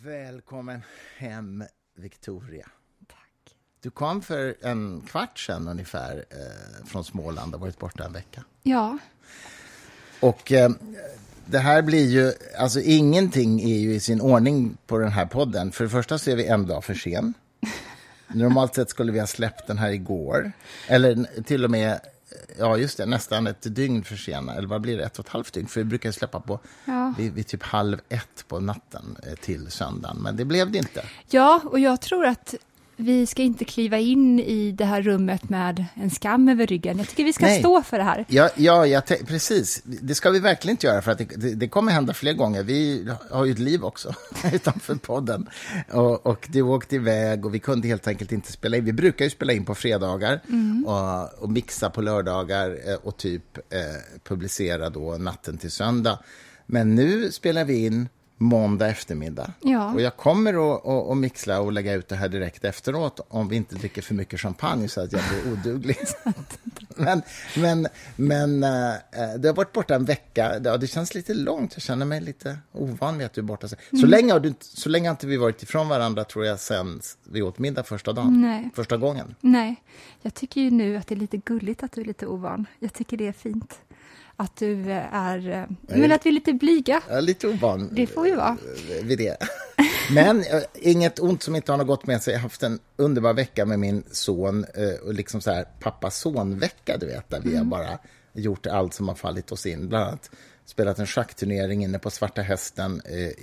Välkommen hem, Victoria. Tack. Du kom för en kvart sedan ungefär från Småland och varit borta en vecka. Ja. Och det här blir ju, alltså ingenting är ju i sin ordning på den här podden. För det första så är vi en dag för sen. Normalt sett skulle vi ha släppt den här igår. Eller till och med, ja just det, nästan ett dygn för sena. Eller vad blir det, 1,5 dygn? För vi brukar släppa på vid typ 12:30 på natten till söndagen. Men det blev det inte. Ja, och jag tror att vi ska inte kliva in i det här rummet med en skam över ryggen. Jag tycker vi ska stå för det här. Ja, precis. Det ska vi verkligen inte göra, för att det kommer hända fler gånger. Vi har ju ett liv också utanför podden. Och det åkte iväg och vi kunde helt enkelt inte spela in. Vi brukar ju spela in på fredagar och mixa på lördagar och typ publicera då natten till söndag. Men nu spelar vi in måndag eftermiddag. Ja. Och jag kommer att mixla och lägga ut det här direkt efteråt om vi inte dricker för mycket champagne så att jag blir oduglig. men det har varit borta en vecka. Ja, det känns lite långt. Jag känner mig lite ovan vid att du är borta. Så länge har inte vi varit ifrån varandra, tror jag, sen vi åt middag första dagen. Nej. Första gången. Nej, jag tycker ju nu att det är lite gulligt att du är lite ovan. Jag tycker det är fint. Att du är... Men att vi är lite blyga. Jag är lite ovan. Det får ju vara. Vid det. Men inget ont som inte har något gott med sig. Jag har haft en underbar vecka med min son. Och liksom så här pappa-son-vecka, du vet. Där vi har bara gjort allt som har fallit oss in. Bland annat spelat en schackturnering inne på Svarta Hästen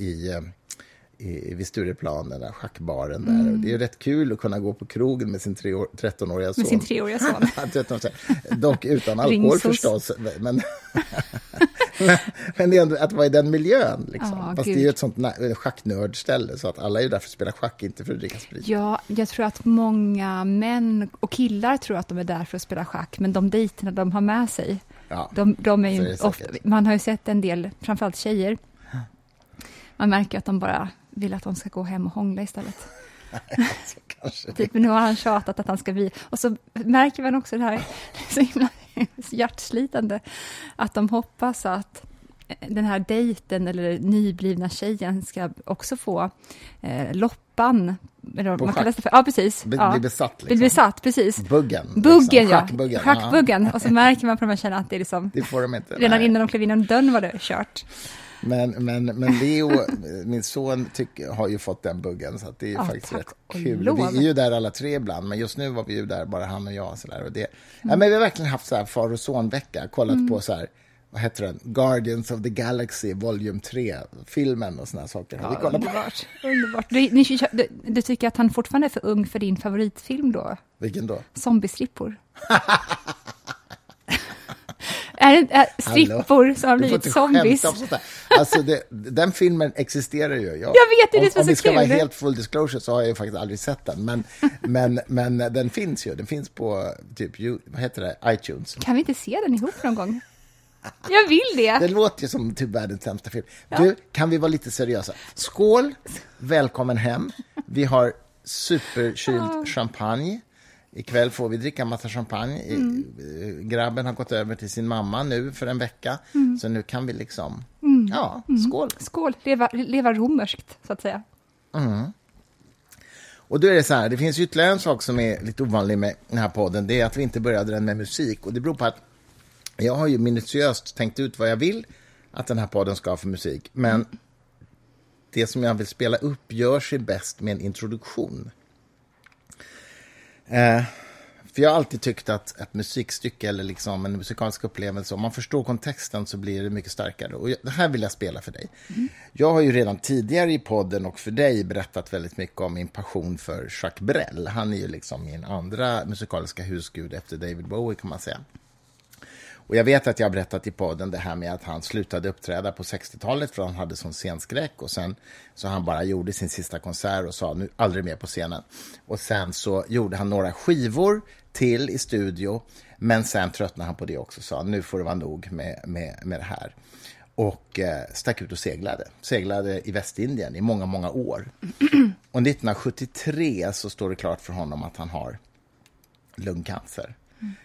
vid Stureplan, den där schackbaren där. Och det är rätt kul att kunna gå på krogen med sin 13-åriga son. Med sin 3-åriga son. Dock utan alkohol förstås. Men det är ändå att vara i den miljön. Liksom. Fast det är ju ett sånt schacknördställe, så att alla är ju där för att spela schack, inte för att dricka sprit. Ja, jag tror att många män och killar tror att de är där för att spela schack. Men de dejterna de har med sig, de är ju ofta, man har ju sett en del, framförallt tjejer. Man märker att de bara vill att de ska gå hem och hångla istället. Typ, nu har han tjatat att han ska bli... Och så märker man också det här så himla hjärtslitande, att de hoppas att den här dejten eller nyblivna tjejen ska också få loppan. Man kallar det för, ja, precis. Bli besatt. Liksom. Bli besatt, precis. Buggen, liksom. Schackbuggen. Och så märker man på de här tjejerna att det är liksom... Det får de inte. Redan innan de klev in dörren var det kört. Men Leo, min son, har ju fått den buggen, så att det är faktiskt rätt kul. Vi är ju där alla tre ibland, men just nu var vi ju där bara han och jag. Så där, och det, men vi har verkligen haft så här far- och son-vecka. Kollat på så här, vad heter den? Guardians of the Galaxy, volume 3, filmen och såna här saker. Ja, vi underbart. Du tycker att han fortfarande är för ung för din favoritfilm då? Vilken då? Zombiestrippor. Är strippor som har blivit zombies? Alltså den filmen existerar ju. Jag vet, det är så kul. Om vi ska vara helt full disclosure så har jag ju faktiskt aldrig sett den. Men den finns ju. Den finns på typ, vad heter det? iTunes. Kan vi inte se den ihop någon gång? Jag vill det. Det låter ju som typ världens sämsta film. Du, kan vi vara lite seriösa? Skål, välkommen hem. Vi har superkyld champagne. Ikväll får vi dricka massa champagne. Grabben har gått över till sin mamma nu för en vecka. Så nu kan vi liksom... skål. Skål, leva romerskt, så att säga. Och då är det så här, det finns ytterligare en sak som är lite ovanlig med den här podden. Det är att vi inte började den med musik. Och det beror på att jag har ju minutiöst tänkt ut vad jag vill att den här podden ska ha för musik. Men det som jag vill spela upp gör sig bäst med en introduktion. För jag har alltid tyckt att ett musikstycke eller liksom en musikalisk upplevelse, om man förstår kontexten så blir det mycket starkare. Och det här vill jag spela för dig. Jag har ju redan tidigare i podden och för dig berättat väldigt mycket om min passion för Jacques Brel. Han är ju liksom min andra musikaliska husgud efter David Bowie, kan man säga. Och jag vet att jag har berättat i podden det här med att han slutade uppträda på 60-talet för han hade sån scenskräck, och sen så han bara gjorde sin sista konsert och sa nu aldrig mer på scenen. Och sen så gjorde han några skivor till i studio, men sen tröttnade han på det också och sa nu får det vara nog med det här. Och stack ut och seglade i Västindien i många, många år. Och 1973 så står det klart för honom att han har lungcancer.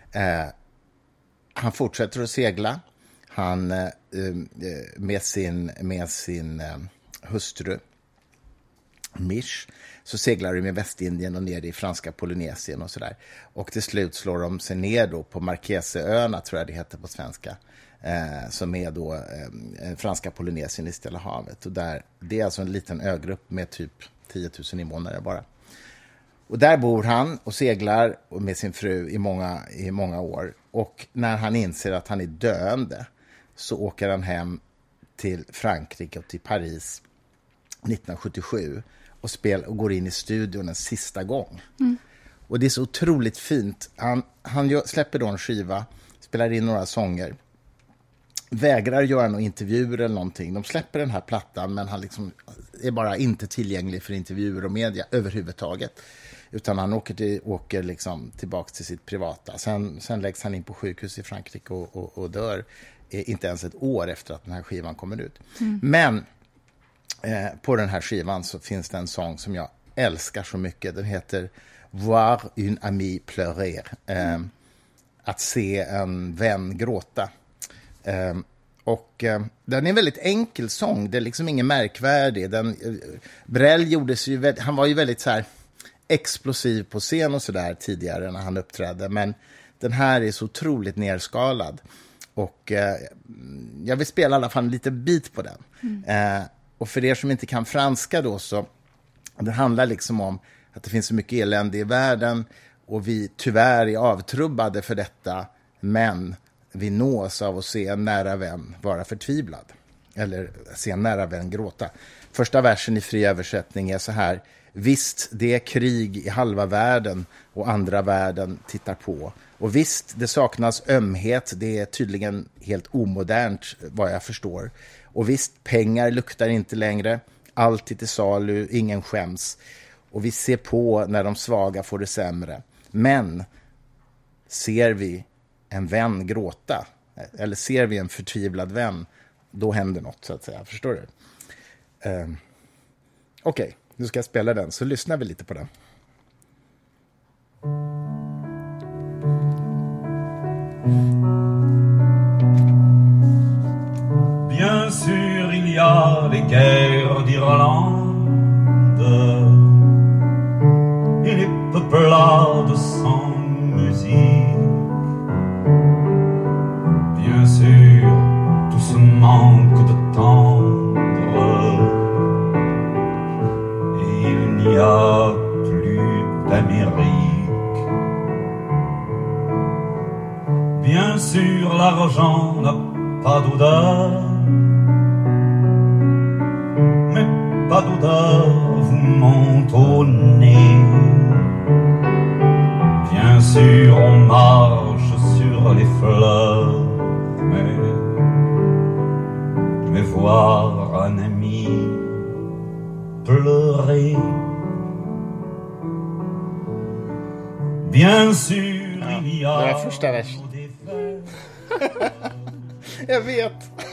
Han fortsätter att segla. Han med sin hustru Mish, så seglar de med Västindien och ner i franska Polynesien och sådär. Och till slut slår de sig ner då på Marqueseöarna, tror jag det heter på svenska, som är då franska Polynesien i Stilla havet. Och där, det är alltså en liten ögrupp med typ 10 000 invånare bara. Och där bor han och seglar med sin fru i många år. Och när han inser att han är döende så åker han hem till Frankrike och till Paris 1977 och går in i studion en sista gång. Och det är så otroligt fint. Han släpper då en skiva, spelar in några sånger, vägrar göra några intervjuer eller någonting. De släpper den här plattan, men han liksom är bara inte tillgänglig för intervjuer och media överhuvudtaget. Utan han åker liksom tillbaka till sitt privata. Sen läggs han in på sjukhus i Frankrike och dör inte ens ett år efter att den här skivan kommer ut. Men på den här skivan så finns det en sång som jag älskar så mycket. Den heter Voir une amie pleurer. Att se en vän gråta. Och den är en väldigt enkel sång. Det är liksom ingen märkvärdig. Brel han var ju väldigt så här explosiv på scen och sådär tidigare när han uppträdde. Men den här är så otroligt nerskalad. Och jag vill spela i alla fall en liten bit på den. Och för er som inte kan franska då, så det handlar liksom om att det finns så mycket elände i världen och vi tyvärr är avtrubbade för detta, men vi nås av att se en nära vän vara förtvivlad eller se en nära vän gråta. Första versen i fri översättning är så här: visst, det är krig i halva världen och andra världen tittar på. Och visst, det saknas ömhet, det är tydligen helt omodernt vad jag förstår. Och visst, pengar luktar inte längre, allt är till salu, ingen skäms. Och vi ser på när de svaga får det sämre. Men ser vi en vän gråta, eller ser vi en förtvivlad vän, då händer något så att säga, förstår du? Okej, nu ska jag spela den, så lyssnar vi lite på den. Bien sûr, il y a les guerres d'Irlande et les peuplades sans musique. Bien sûr, tout ce manque de tendre et il n'y a plus d'Amérique. Bien sûr, l'argent n'a pas d'odeur, mais pas d'odeur vous monte au nez. Bien sûr, on marche sur les fleurs, mais voir un ami pleurer. Bien sûr, il y a... Det var första versen. Jag vet.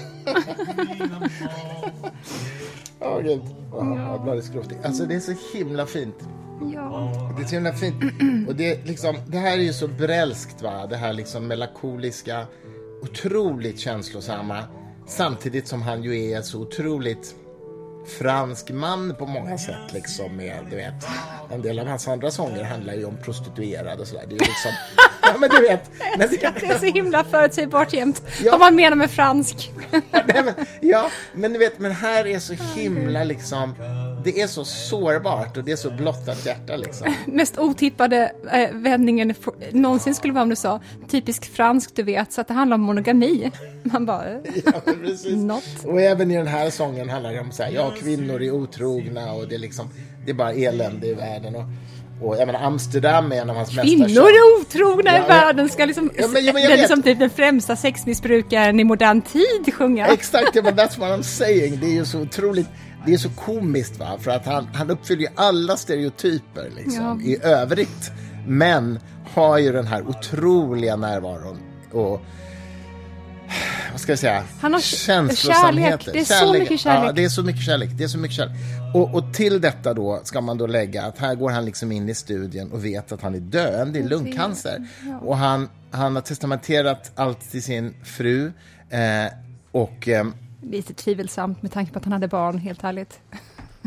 Gud. Jag blir skrovtig. Alltså det är så himla fint. Ja. Det är så himla fint. Och det, liksom, det här är ju så brälskt, va? Det här liksom melankoliska, otroligt känslosamma. Samtidigt som han ju är så otroligt fransk man på många sätt liksom, med, du vet, en del av hans andra sånger handlar ju om prostituerad och sådär. Det är ju liksom, ja men du vet, men det är så himla förutsägbart jämt, vad man menar med fransk. Men du vet, men här är så himla liksom, det är så sårbart och det är så blottat hjärta liksom. Mest otippade vändningen någonsin skulle vara om du sa typisk fransk, du vet, så att det handlar om monogami. Man bara, ja, precis. Och även i den här sången handlar det om så här, kvinnor är otrogna och det är liksom, det är bara elände i världen och jag menar, Amsterdam är en av hans mest kvinnor är otrogna i världen ska liksom, det är liksom typ den främsta sexmissbrukaren i modern tid sjunga. Exakt, men that's what I'm saying. Det är ju så otroligt, det är så komiskt, va? För att han uppfyller ju alla stereotyper liksom, i övrigt, men har ju den här otroliga närvaron och vad ska jag säga? Han har kärlek. Det är så mycket kärlek. Ja, det är så mycket kärlek. Det är så mycket kärlek. Och till detta då ska man då lägga att här går han liksom in i studien och vet att han är döende i lungcancer. Ja. Och han har testamenterat allt till sin fru och lite tvivelsamt med tanke på att han hade barn, helt ärligt.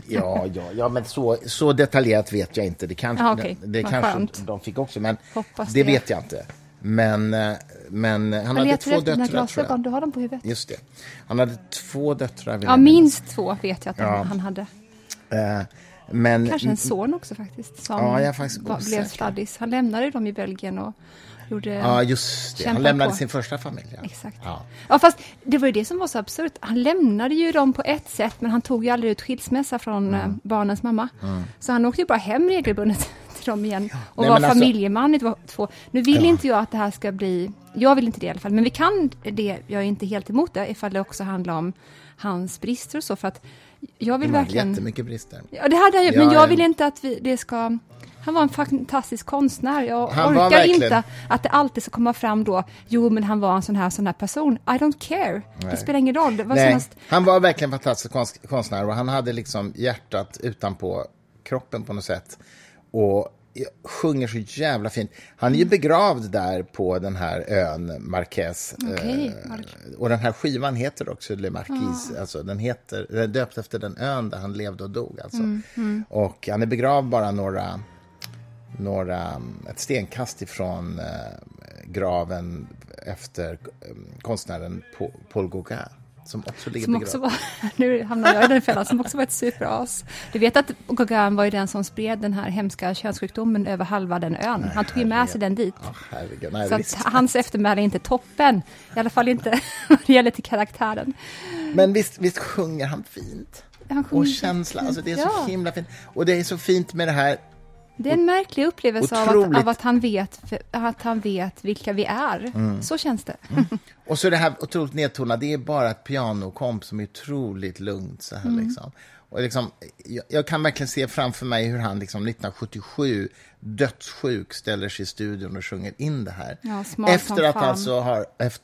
Ja, men så detaljerat vet jag inte. Det kanske, det kanske de fick också, men det vet jag inte. Men han hade 2 döttrar, tror jag. Du har dem på huvudet. Just det. Han hade 2 döttrar. Ja, minst 2 vet jag att han hade. Men, kanske en son också faktiskt, som blev sladdis. Han lämnade dem i Belgien och gjorde... Ja, just det. Han lämnade sin första familj. Ja. Exakt. Ja, fast det var ju det som var så absurt. Han lämnade ju dem på ett sätt, men han tog ju aldrig ut skilsmässa från barnens mamma. Så han åkte ju bara hem regelbundet till dem igen. Och var familjeman i 2. Nu vill inte jag att det här ska bli... Jag vill inte det i alla fall. Men vi kan det, jag är inte helt emot det, ifall det också handlar om hans brister och så, för att jag vill verkligen... jättemycket brister. Ja, det hade jag, men jag vill inte att det ska... Han var en fantastisk konstnär. Jag orkar inte att det alltid ska komma fram då. Jo, men han var en sån här person. I don't care. Nej. Det spelar ingen roll. Det var han var verkligen en fantastisk konstnär, och han hade liksom hjärtat utanpå kroppen på något sätt. Och sjunger så jävla fint. Han är ju begravd där på den här ön Marqués. Och den här skivan heter också Le Marquis. Alltså den är döpt efter den ön där han levde och dog. Alltså. Och han är begravd bara ett stenkast ifrån graven efter konstnären Paul Gauguin, som också ligger begravd. Nu hamnar jag i den fällan, som också var ett superas. Du vet att Gauguin var ju den som spred den här hemska könssjukdomen över halva den ön. Han tog ju med sig den dit. Så att hans eftermäle är inte toppen. I alla fall inte när det gäller till karaktären. Men visst sjunger han fint. Och känsla. Alltså det är så himla fint. Och det är så fint med det här. Det är en märklig upplevelse av att han vet vilka vi är. Så känns det. Och så det här otroligt nedtonade, det är bara ett pianokomp som är otroligt lugnt så här liksom. Och liksom, jag kan verkligen se framför mig hur han liksom 1977 dödssjuk ställer sig i studion och sjunger in det här. Ja, efter att alltså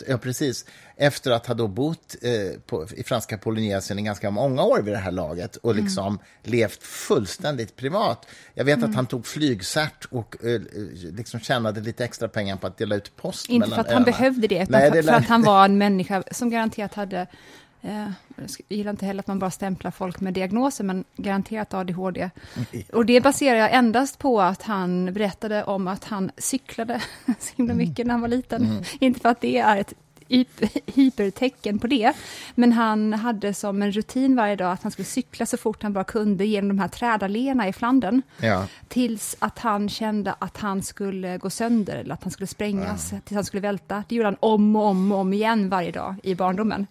efter att ha då bott i franska Polynesien i ganska många år vid det här laget och liksom levt fullständigt privat. Jag vet att han tog flygcert och liksom tjänade lite extra pengar på att dela ut post. Inte för att han behövde det, utan för att han var en människa som garanterat hade... Jag gillar inte heller att man bara stämplar folk med diagnoser, men garanterat ADHD. Och det baserar jag endast på att han berättade om att han cyklade så himla mycket när han var liten. Inte för att det är ett hypertecken på det, men han hade som en rutin varje dag att han skulle cykla så fort han bara kunde genom de här trädalléerna i Flandern, tills att han kände att han skulle gå sönder eller att han skulle sprängas, tills han skulle välta. Det gjorde han om och om igen varje dag i barndomen.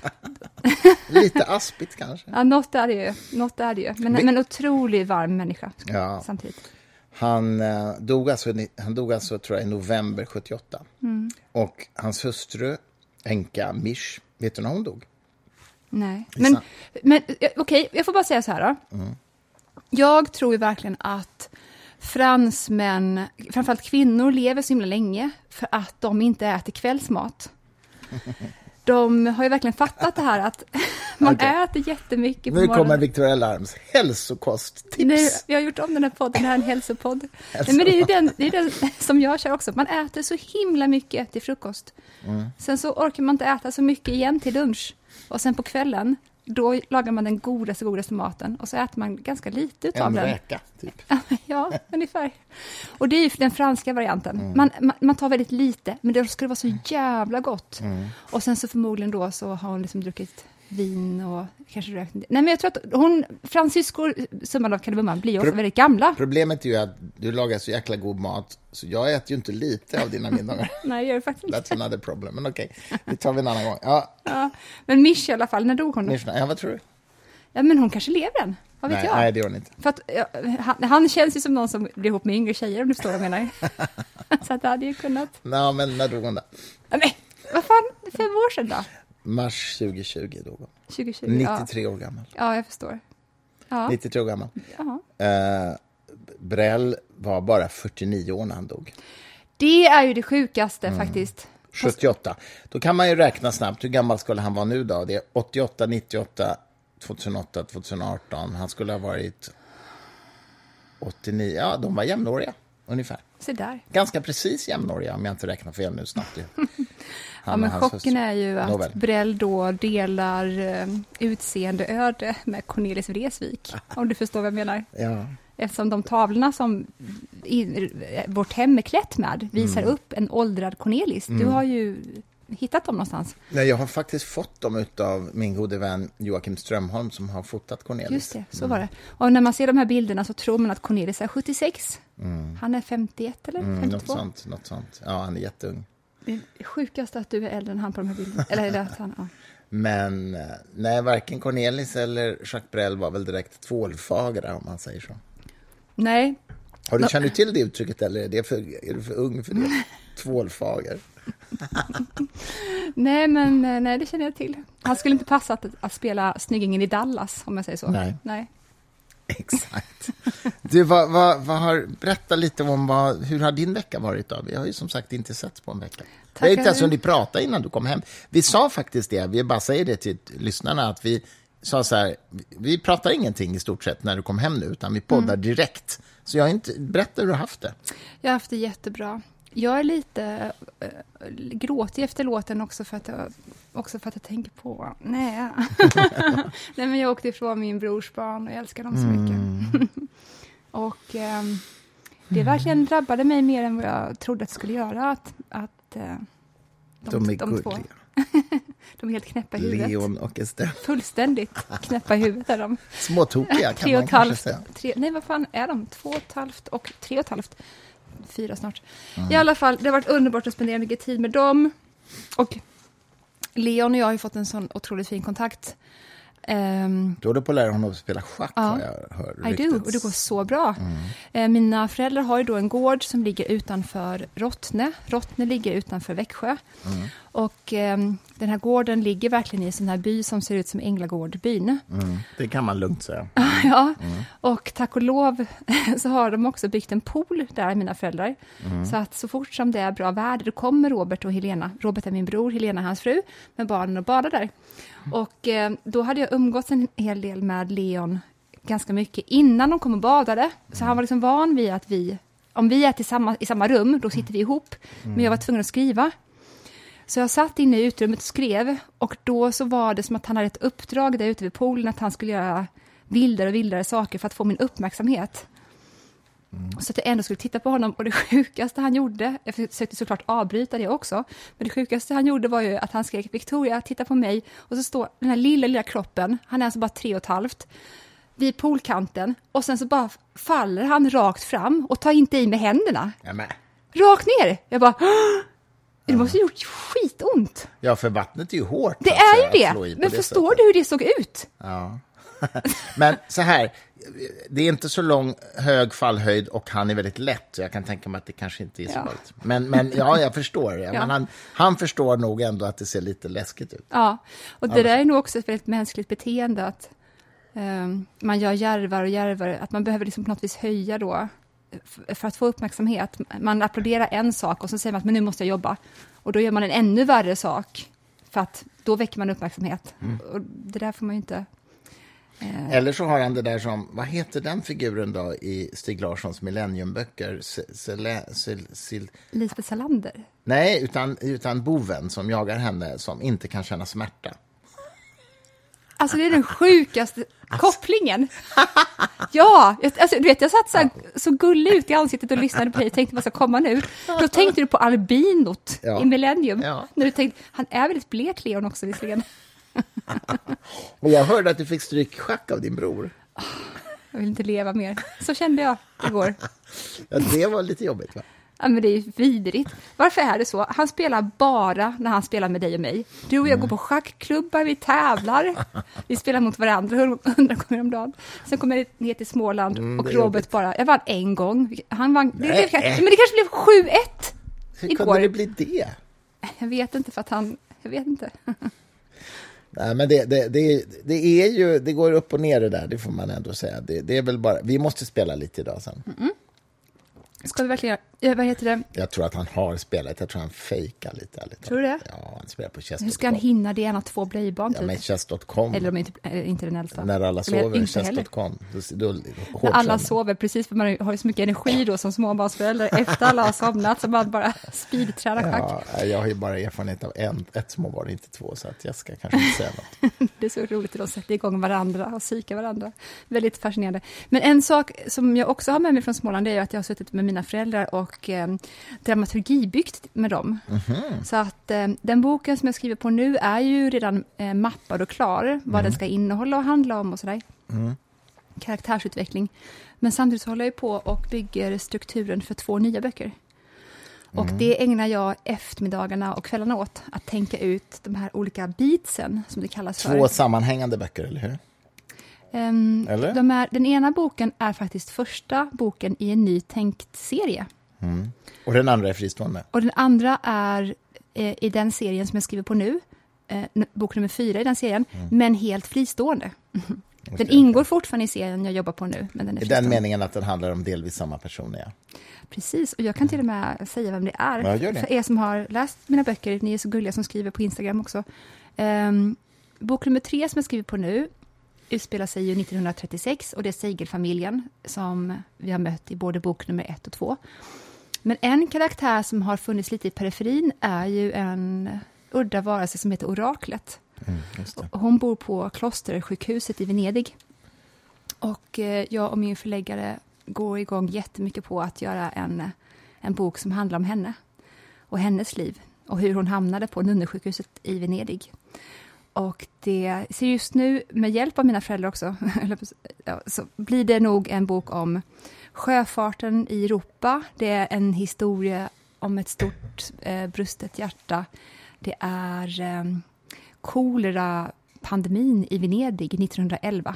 Lite aspigt kanske. Ja, något är det ju. Men otroligt varm människa samtidigt. Han dog alltså tror jag i november 78. Och hans hustru Enka Misch, vet du när hon dog? Nej. Men okej, jag får bara säga så här då. Jag tror ju verkligen att fransmän, framförallt kvinnor, lever så himla länge för att de inte äter kvällsmat. De har ju verkligen fattat det här att man äter jättemycket på morgonen. Nu kommer Victoria Larms hälsokosttips. Nej, vi har gjort om den här podden, det här är en hälsopodd. Men det är den som jag kör också. Man äter så himla mycket till frukost. Sen så orkar man inte äta så mycket igen till lunch. Och sen på kvällen, då lagar man den godaste maten. Och så äter man ganska lite utav den. En räka, typ. Ja, ungefär. Och det är ju den franska varianten. Man tar väldigt lite, men det ska vara så jävla gott. Och sen så förmodligen då så har hon liksom druckit vin och kanske rökt. Nej, men jag tror att fransyskor, summan av kardemumman, blir ju också väldigt gamla. Problemet är ju att du lagar så jäkla god mat, så jag äter ju inte lite av dina middagar. Nej, jag gör det faktiskt inte. That's another problem, men okej. Det tar vi en annan gång. Ja. Men Misch i alla fall, när dog hon då? Ja, vad tror du? Ja, men hon kanske lever än. Vad vet jag? Nej, det gör hon inte. För att, han känns ju som någon som blir ihop med yngre tjejer, om du förstår vad jag menar. Så att det hade ju kunnat... Nej, men när dog hon då? Nej, vad fan, 5 år sedan då? Mars 2020 dog hon. 2020, 93 år gammal. Ja, jag förstår. Ja. 93 år gammal. Brel var bara 49 år när han dog. Det är ju det sjukaste faktiskt. 78. Då kan man ju räkna snabbt. Hur gammal skulle han vara nu då? Det är 88, 98, 2008, 2018. Han skulle ha varit 89. Ja, de var jämnåriga ungefär. Så där. Ganska precis jämnåriga, om jag inte räknar fel nu snabbt. Ja, men chocken är ju att Brell då delar utseendeöde med Cornelis Vreeswijk. Om du förstår vad jag menar. Ja. Eftersom de tavlorna som vårt hem är klätt med visar upp en åldrad Cornelis. Du har ju hittat dem någonstans. Nej, jag har faktiskt fått dem av min gode vän Joakim Strömholm som har fotat Cornelis. Just det, så var det. Och när man ser de här bilderna så tror man att Cornelis är 76. Han är 51 eller 52. Något sånt. Ja, han är jätteung. Det är sjukast att du är äldre än han på de här bilderna. Eller att han, ja. Men nej, varken Cornelis eller Jacques Brel var väl direkt tvålfagra, om man säger så. Nej. Känner du till det uttrycket, eller är du för ung för det? Tvålfager. Nej, det känner jag till. Han skulle inte passa att spela snyggingen i Dallas, om jag säger så. Nej. Exakt. Du, berätta lite om hur har din vecka varit då? Vi har ju som sagt inte setts på en vecka. Det är inte ens som ni pratade innan du kom hem. Vi sa faktiskt det, vi bara säger det till lyssnarna, att vi sa så här, vi pratar ingenting i stort sett när du kom hem nu, utan vi poddar direkt. Så berätta hur du har haft det. Jag har haft det jättebra. Jag är lite gråtig efter låten också för att jag tänker på... Nej, men jag åkte ifrån min brors barn och jag älskar dem så mycket. Och det verkligen drabbade mig mer än vad jag trodde att det skulle göra. Att de är gulliga. De är helt knäppa i huvudet. Leon och Estelle. Fullständigt knäppa i huvudet är de. Småtokiga kan man kanske säga. Nej, vad fan är de? 2,5 och 3,5. 4 snart. I alla fall, det har varit underbart att spendera mycket tid med dem. Och Leon och jag har ju fått en sån otroligt fin kontakt. Du håller på att lära honom att spela schack, vad jag hör. I do, och det går så bra. Mina föräldrar har ju då en gård som ligger utanför Rottne. Rottne ligger utanför Växjö. Och den här gården ligger verkligen i en sån här by som ser ut som Änglagårdbyn. Det kan man lugnt säga. Ja, och tack och lov så har de också byggt en pool där, mina föräldrar. Så att så fort som det är bra väder, då kommer Robert och Helena. Robert är min bror, Helena är hans fru, med barnen och badar där. Och då hade jag umgåtts en hel del med Leon ganska mycket innan de kom och badade. Så han var liksom van vid att om vi är i samma rum, då sitter vi ihop. Men jag var tvungen att skriva. Så jag satt inne i utrummet och skrev. Och då så var det som att han hade ett uppdrag där ute vid poolen, att han skulle göra vildare och vildare saker för att få min uppmärksamhet. Så att jag ändå skulle titta på honom, och det sjukaste han gjorde, jag försökte såklart avbryta det också, men det sjukaste han gjorde var ju att han skrek: Victoria, titta på mig. Och så står den här lilla kroppen, han är alltså bara 3,5, vid poolkanten, och sen så bara faller han rakt fram och tar inte i med händerna. Jamen. Rakt ner. Jag bara, det måste ha gjort skitont. Ja, för vattnet är ju hårt. Det är ju det, men förstår du hur det såg ut? Ja. Men så här, det är inte så hög fallhöjd och han är väldigt lätt, så jag kan tänka mig att det kanske inte är så lätt. Men ja, jag förstår det. Ja. Men han förstår nog ändå att det ser lite läskigt ut. Ja, och det där är nog också ett väldigt mänskligt beteende, att man gör djärvare, att man behöver liksom på något vis höja då för att få uppmärksamhet. Man applåderar en sak och så säger man att men nu måste jag jobba. Och då gör man en ännu värre sak, för att då väcker man uppmärksamhet. Och det där får man ju inte... Eller så har han det där som, vad heter den figuren då i Stig Larssons millenniumböcker? Lisbeth Salander? Nej, utan boven som jagar henne, som inte kan känna smärta. Alltså det är den sjukaste kopplingen. Ja, alltså, du vet, jag satt så gullig ut i ansiktet och lyssnade på dig och tänkte vad ska komma nu. Då tänkte du på albinot i Millennium. Ja. När du tänkte, han är väldigt blek, Leon, också visserligen. Och jag hörde att du fick stryk schack av din bror. Jag vill inte leva mer. Så kände jag igår. Ja, det var lite jobbigt, va? Ja, men det är ju vidrigt. Varför är det så? Han spelar bara när han spelar med dig och mig. Du och jag går på schackklubbar, vi tävlar. Vi spelar mot varandra 100 gånger om dagen. Sen kommer jag ner till Småland och Robert bara... Jag vann en gång. Han vann... Men det kanske blev 7-1 Hur igår. kunde det bli det? Jag vet inte, för att han... Jag vet inte. Nej, men det är ju... Det går upp och ner det där, det får man ändå säga. Det är väl bara... Vi måste spela lite idag sen. Ska vi verkligen... vad heter det? Jag tror att han har spelat. Jag tror han fejkar lite. Tror du det? Ja, han spelar på Chess.com. Hur ska han hinna det? Han har 2 blöjbarn typ. Ja, men Chess.com. Eller de är inte den äldsta. När alla sover, Chess.com. När alla sover, precis, för man har ju så mycket energi då som småbarnsförälder. Efter alla har somnat så man bara speedtränar schack. Ja, jag har ju bara erfarenhet av ett småbarn, inte 2, så att jag ska kanske inte säga något. Det är så roligt att de sätter igång varandra och psykar varandra. Väldigt fascinerande. Men en sak som jag också har med mig från Småland är att jag har suttit med mina föräldrar och dramaturgibyggt med dem. Mm-hmm. Så att den boken som jag skriver på nu är ju redan mappad och klar. Vad den ska innehålla och handla om och sådär. Mm. Karaktärsutveckling. Men samtidigt så håller jag på och bygger strukturen för 2 nya böcker. Och det ägnar jag eftermiddagarna och kvällarna åt. Att tänka ut de här olika beatsen som det kallas för. 2 sammanhängande böcker, eller hur? Eller? Den ena boken är faktiskt första boken i en ny tänkt serie. Mm. Och den andra är fristående? Och den andra är i den serien som jag skriver på nu. Bok nummer 4 i den serien. Men helt fristående. Den ingår fortfarande i serien jag jobbar på nu. Men den är i den meningen att den handlar om delvis samma person, ja. Precis, och jag kan till och med säga vem det är. Ja, gör det. För er som har läst mina böcker, ni är så gulliga som skriver på Instagram också. Bok nummer 3 som jag skriver på nu utspelar sig ju 1936 och det är Segelfamiljen som vi har mött i både bok nummer 1 och 2. Men en karaktär som har funnits lite i periferin är ju en udda varelse som heter Oraklet. Just det. Hon bor på klostersjukhuset i Venedig. Och jag och min förläggare går igång jättemycket på att göra en bok som handlar om henne och hennes liv och hur hon hamnade på nunnesjukhuset i Venedig. Och det ser just nu, med hjälp av mina föräldrar också, så blir det nog en bok om sjöfarten i Europa. Det är en historia om ett stort brustet hjärta. Det är kolera-pandemin i Venedig 1911.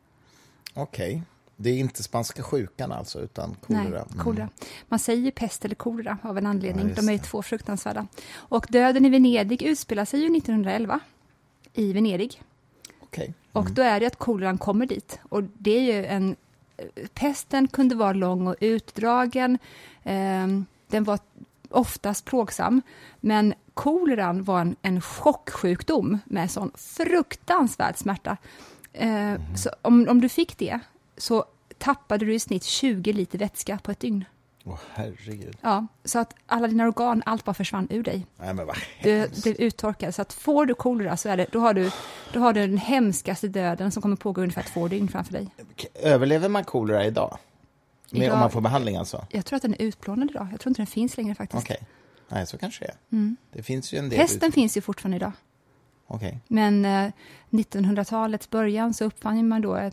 Okej. Det är inte spanska sjukan alltså, utan kolera. Nej, kolera. Man säger pest eller kolera av en anledning. De är 2 fruktansvärda. Och döden i Venedig utspelar sig ju 1911 i Venedig. Okej. Och då är det att koleran kommer dit. Och det är ju pesten kunde vara lång och utdragen. Den var oftast plågsam. Men koleran var en chocksjukdom med sån fruktansvärd smärta. Så om du fick det så tappade du i snitt 20 liter vätska på ett dygn. Herregud. Ja, så att alla dina organ, allt bara försvann ur dig. Nej, men vad du blev uttorkad. Så att får du kolera så är det, då har du den hemskaste döden som kommer pågå ungefär 2 dygn framför dig. Överlever man kolera idag? Om man får behandling alltså? Jag tror att den är utplånad idag. Jag tror inte den finns längre faktiskt. Okej. Nej, så kanske det är. Det finns ju en del. Pesten finns ju fortfarande idag. Okej. Men 1900-talets början så uppfann man då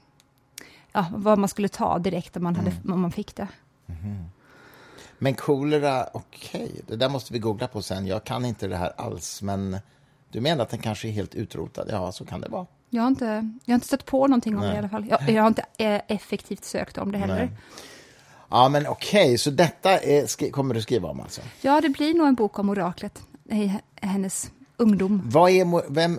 vad man skulle ta direkt om man fick det. Men kolera, okej. Det där måste vi googla på sen. Jag kan inte det här alls, men du menar att den kanske är helt utrotad? Ja, så kan det vara. Jag har inte stött på någonting om det i alla fall. Jag har inte effektivt sökt om det heller. Nej. Ja, men okej. Så detta kommer du skriva om alltså? Ja, det blir nog en bok om oraklet i hennes ungdom. Vad är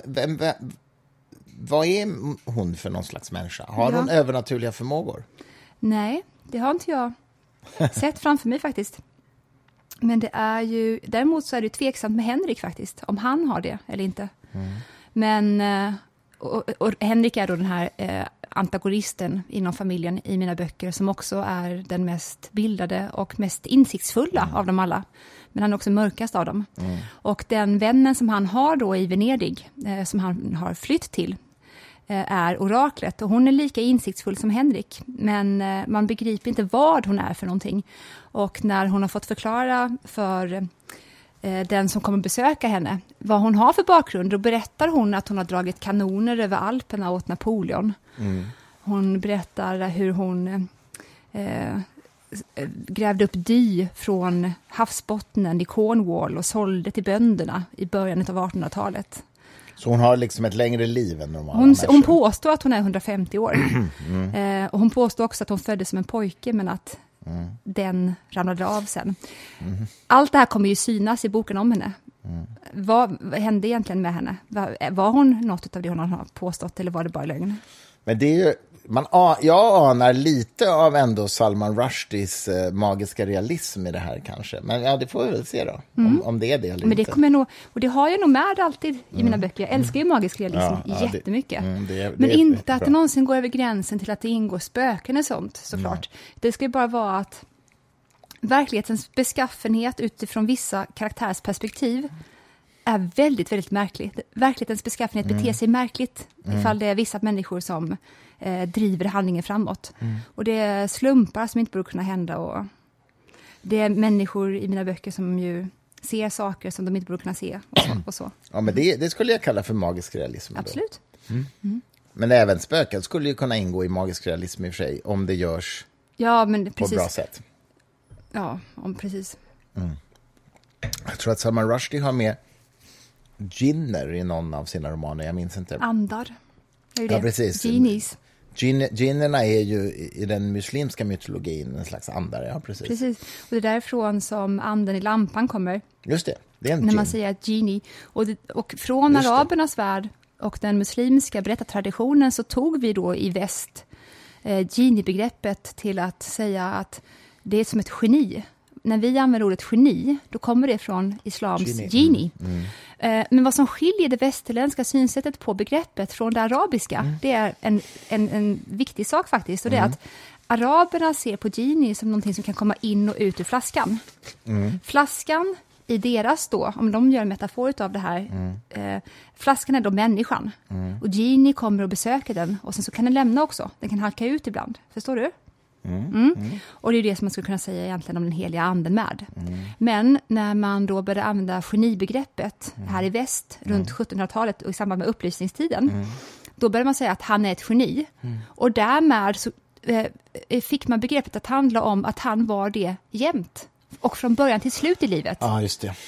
hon för någon slags människa? Har hon övernaturliga förmågor? Nej, det har inte jag sett framför mig faktiskt. Men det är ju, däremot så är det tveksamt med Henrik faktiskt, om han har det eller inte. Men och Henrik är då den här antagonisten inom familjen i mina böcker som också är den mest bildade och mest insiktsfulla av dem alla. Men han är också mörkast av dem. Och den vännen som han har då i Venedig, som han har flytt till, är oraklet. Och hon är lika insiktsfull som Henrik. Men man begriper inte vad hon är för någonting. Och när hon har fått förklara för den som kommer besöka henne vad hon har för bakgrund, då berättar hon att hon har dragit kanoner över Alperna åt Napoleon. Hon berättar hur hon grävde upp dy från havsbottnen i Cornwall och sålde till bönderna i början av 1800-talet. Så hon har liksom ett längre liv än normala hon påstår att hon är 150 år. Och hon påstår också att hon föddes som en pojke, men att den ramlade av sen. Allt det här kommer ju synas i boken om henne. Vad hände egentligen med henne? Var hon något av det hon har påstått, eller var det bara lögn? Men det är ju jag anar lite av ändå Salman Rushdies magiska realism i det här kanske. Men ja, det får vi väl se då, om det är det eller men det inte. kommer nog, och det har jag nog med alltid i mina böcker. Jag älskar ju magisk realism jättemycket. Men inte att det någonsin går över gränsen till att det ingår spöken och sånt, såklart. Det ska ju bara vara att verklighetens beskaffenhet utifrån vissa karaktärsperspektiv är väldigt, väldigt märklig. Verklighetens beskaffenhet beter sig märkligt ifall det är vissa människor som driver handlingen framåt. Och det är slumpar som inte borde kunna hända. Och det är människor i mina böcker som ju ser saker som de inte borde kunna se. Och så. Ja, men det skulle jag kalla för magisk realism. Absolut. Men även spöken skulle ju kunna ingå i magisk realism i och för sig, om det görs på ett bra sätt. Ja, precis. Jag tror att Salman Rushdie har med jinner i någon av sina romaner, jag minns inte. Andar. Är det? Ja, precis. Genies. Jinnerna är ju i den muslimska mytologin en slags andar, ja, precis. Precis, och det är därifrån som anden i lampan kommer. Just det är en när man säger att genie. Och från arabernas värld och den muslimska berättartraditionen så tog vi då i väst genie-begreppet till att säga att det är som ett geni. När vi använder ordet geni, då kommer det från islams genie. Men vad som skiljer det västerländska synsättet på begreppet från det arabiska, det är en viktig sak faktiskt. Och det är att araberna ser på genie som någonting som kan komma in och ut ur flaskan. Flaskan i deras då, om de gör en metafor av det här, flaskan är då människan. Och genie kommer och besöker den och sen så kan den lämna också. Den kan halka ut ibland. Förstår du? Och det är det som man skulle kunna säga egentligen om den heliga anden med. Men när man då började använda genibegreppet här i väst runt 1700-talet och i samband med upplysningstiden, då började man säga att han är ett geni. Och därmed så fick man begreppet att handla om att han var det jämt och från början till slut i livet. Ja, just det.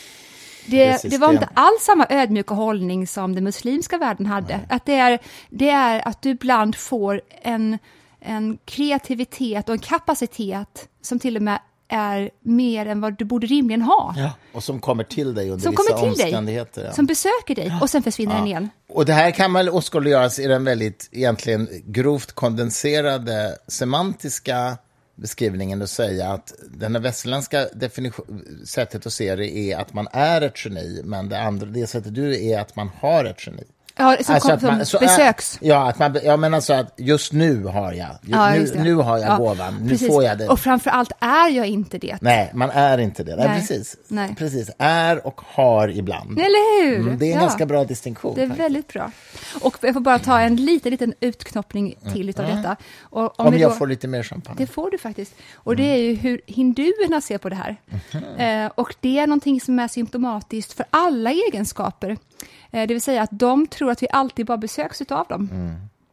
Det var inte alls samma ödmjuka hållning som den muslimska världen hade. Att det är att du ibland får en kreativitet och en kapacitet som till och med är mer än vad du borde rimligen ha. Ja, och som kommer till dig under vissa omständigheter. Som besöker dig och sen försvinner den igen. Och det här kan man åskådliggöras i den väldigt egentligen grovt kondenserade semantiska beskrivningen att säga att den västerländska sättet att se det är att man är ett geni, men det sättet du är att man har ett geni. Ja, som besöks. Men alltså att just nu har jag nu har jag gåvan, nu precis. får jag det. Och framförallt är jag inte det. Nej, man är inte det. Nej. Precis. Är och har ibland. Eller hur? Det är en ganska bra distinktion. Det är väldigt bra. Och jag får bara ta en liten utknoppning till utav detta. Och om jag får lite mer champagne. Det får du faktiskt. Och det är ju hur hinduerna ser på det här. Och det är någonting som är symptomatiskt för alla egenskaper. Det vill säga att de tror att vi alltid bara besöks utav dem.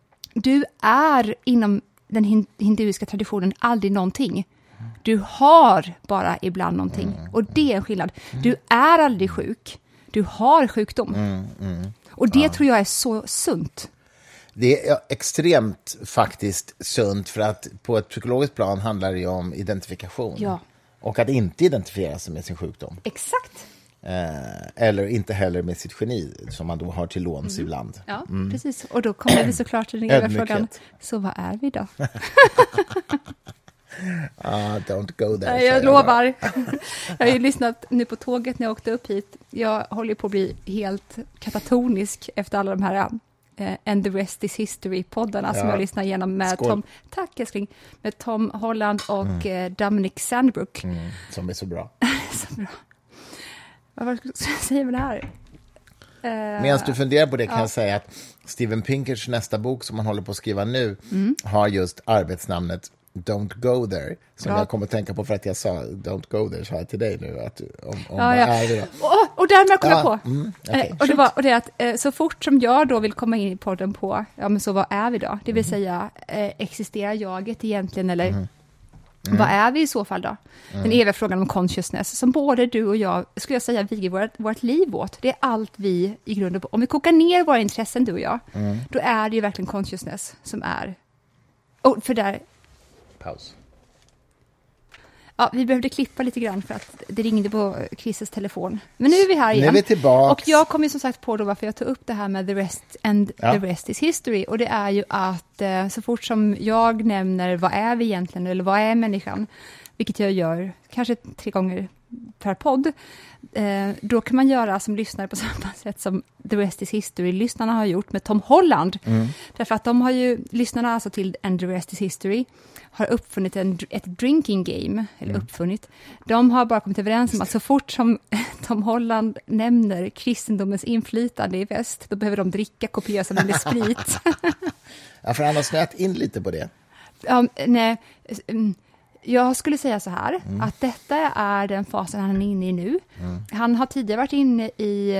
Du är inom den hinduiska traditionen aldrig någonting. Du har bara ibland någonting. Och det är en skillnad. Du är aldrig sjuk. Du har sjukdom. Och det tror jag är så sunt. Det är extremt faktiskt sunt, för att på ett psykologiskt plan handlar det ju om identifikation. Ja. Och att inte identifiera sig med sin sjukdom. Exakt. Eller inte heller med sitt geni som man då har till låns ibland. Ja, precis. Och då kommer vi såklart till den ena frågan. Så vad är vi då? Don't go there. Jag lovar. Jag har ju lyssnat nu på tåget när jag åkte upp hit. Jag håller på att bli helt katatonisk efter alla de här And the rest is history-poddarna som jag lyssnar igenom med Tom. Tack älskling. Med Tom Holland och Dominic Sandbrook. Som är så bra. Så bra. Vad ska jag säga med det här? Medan du funderar på det kan jag säga att Steven Pinkerts nästa bok som han håller på att skriva nu har just arbetsnamnet Don't Go There, som jag kommer att tänka på för att jag sa Don't Go There, så här till dig nu att vad är det då? Och därmed kom jag på. Okay. Och det är att så fort som jag då vill komma in i podden på men så vad är vi då? Det vill säga existerar jaget egentligen eller vad är vi i så fall då? Den eviga frågan om consciousness som både du och jag, skulle jag säga, viger vårt liv åt. Det är allt vi i grunden, om vi kokar ner våra intressen, du och jag, då är det ju verkligen consciousness som är. Och för där... Paus. Ja, vi behövde klippa lite grann för att det ringde på Chriss telefon. Men nu är vi här igen. Nu är vi tillbaka. Och jag kom ju som sagt på då varför jag tog upp det här med the rest is history. Och det är ju att så fort som jag nämner vad är vi egentligen eller vad är människan, vilket jag gör kanske 3 gånger per podd, då kan man göra som lyssnare på samma sätt som The Rest is History-lyssnarna har gjort med Tom Holland. Därför att de har ju, lyssnarna alltså till And The Rest is History, har uppfunnit ett drinking game, eller uppfunnit. De har bara kommit överens om att så fort som Tom Holland nämner kristendomens inflytande i väst, då behöver de dricka kopiösa mängder sprit. Ja, för han har snöat in lite på det. Nej, jag skulle säga så här, att detta är den fasen han är inne i nu. Han har tidigare varit inne i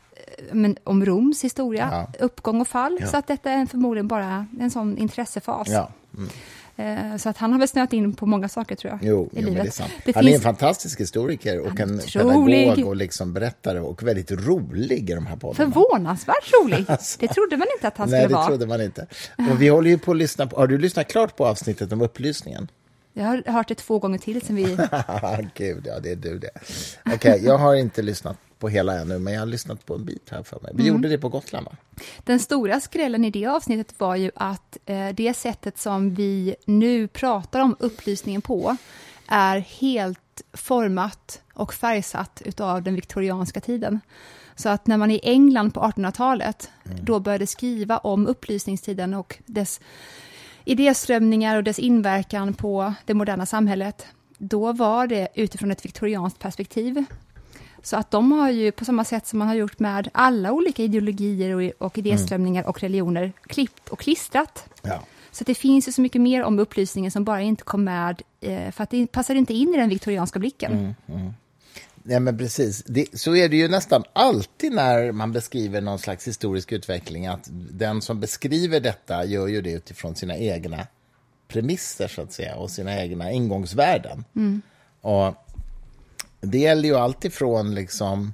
om Roms historia, uppgång och fall, så att detta är förmodligen bara en sån intressefas. Ja. Så att han har väl snöat in på många saker, tror jag, i livet. Men det är sant. Han är en fantastisk historiker och en pedagog och liksom berättare och väldigt rolig i de här poddarna. Förvånansvärt rolig. Det trodde man inte att han skulle vara. Nej, det trodde man inte. Och vi håller ju på att lyssna på... Har du lyssnat klart på avsnittet om upplysningen? Jag har hört det 2 gånger till sen vi... Gud, ja, det är du det. Okej, jag har inte lyssnat på hela ännu, men jag har lyssnat på en bit här för mig. Vi gjorde det på Gotland, va? Den stora skrällen i det avsnittet var ju att det sättet som vi nu pratar om upplysningen på är helt format och färgsatt utav den viktorianska tiden. Så att när man i England på 1800-talet då började skriva om upplysningstiden och dess idéströmningar och dess inverkan på det moderna samhället, då var det utifrån ett viktorianskt perspektiv. Så att de har ju på samma sätt som man har gjort med alla olika ideologier och idéströmningar och religioner klippt och klistrat. Ja. Så att det finns ju så mycket mer om upplysningen som bara inte kom med för att det passar inte in i den viktorianska blicken. Ja, men precis. Så är det ju nästan alltid när man beskriver någon slags historisk utveckling, att den som beskriver detta gör ju det utifrån sina egna premisser, så att säga, och sina egna ingångsvärden. Och det gäller ju alltid från liksom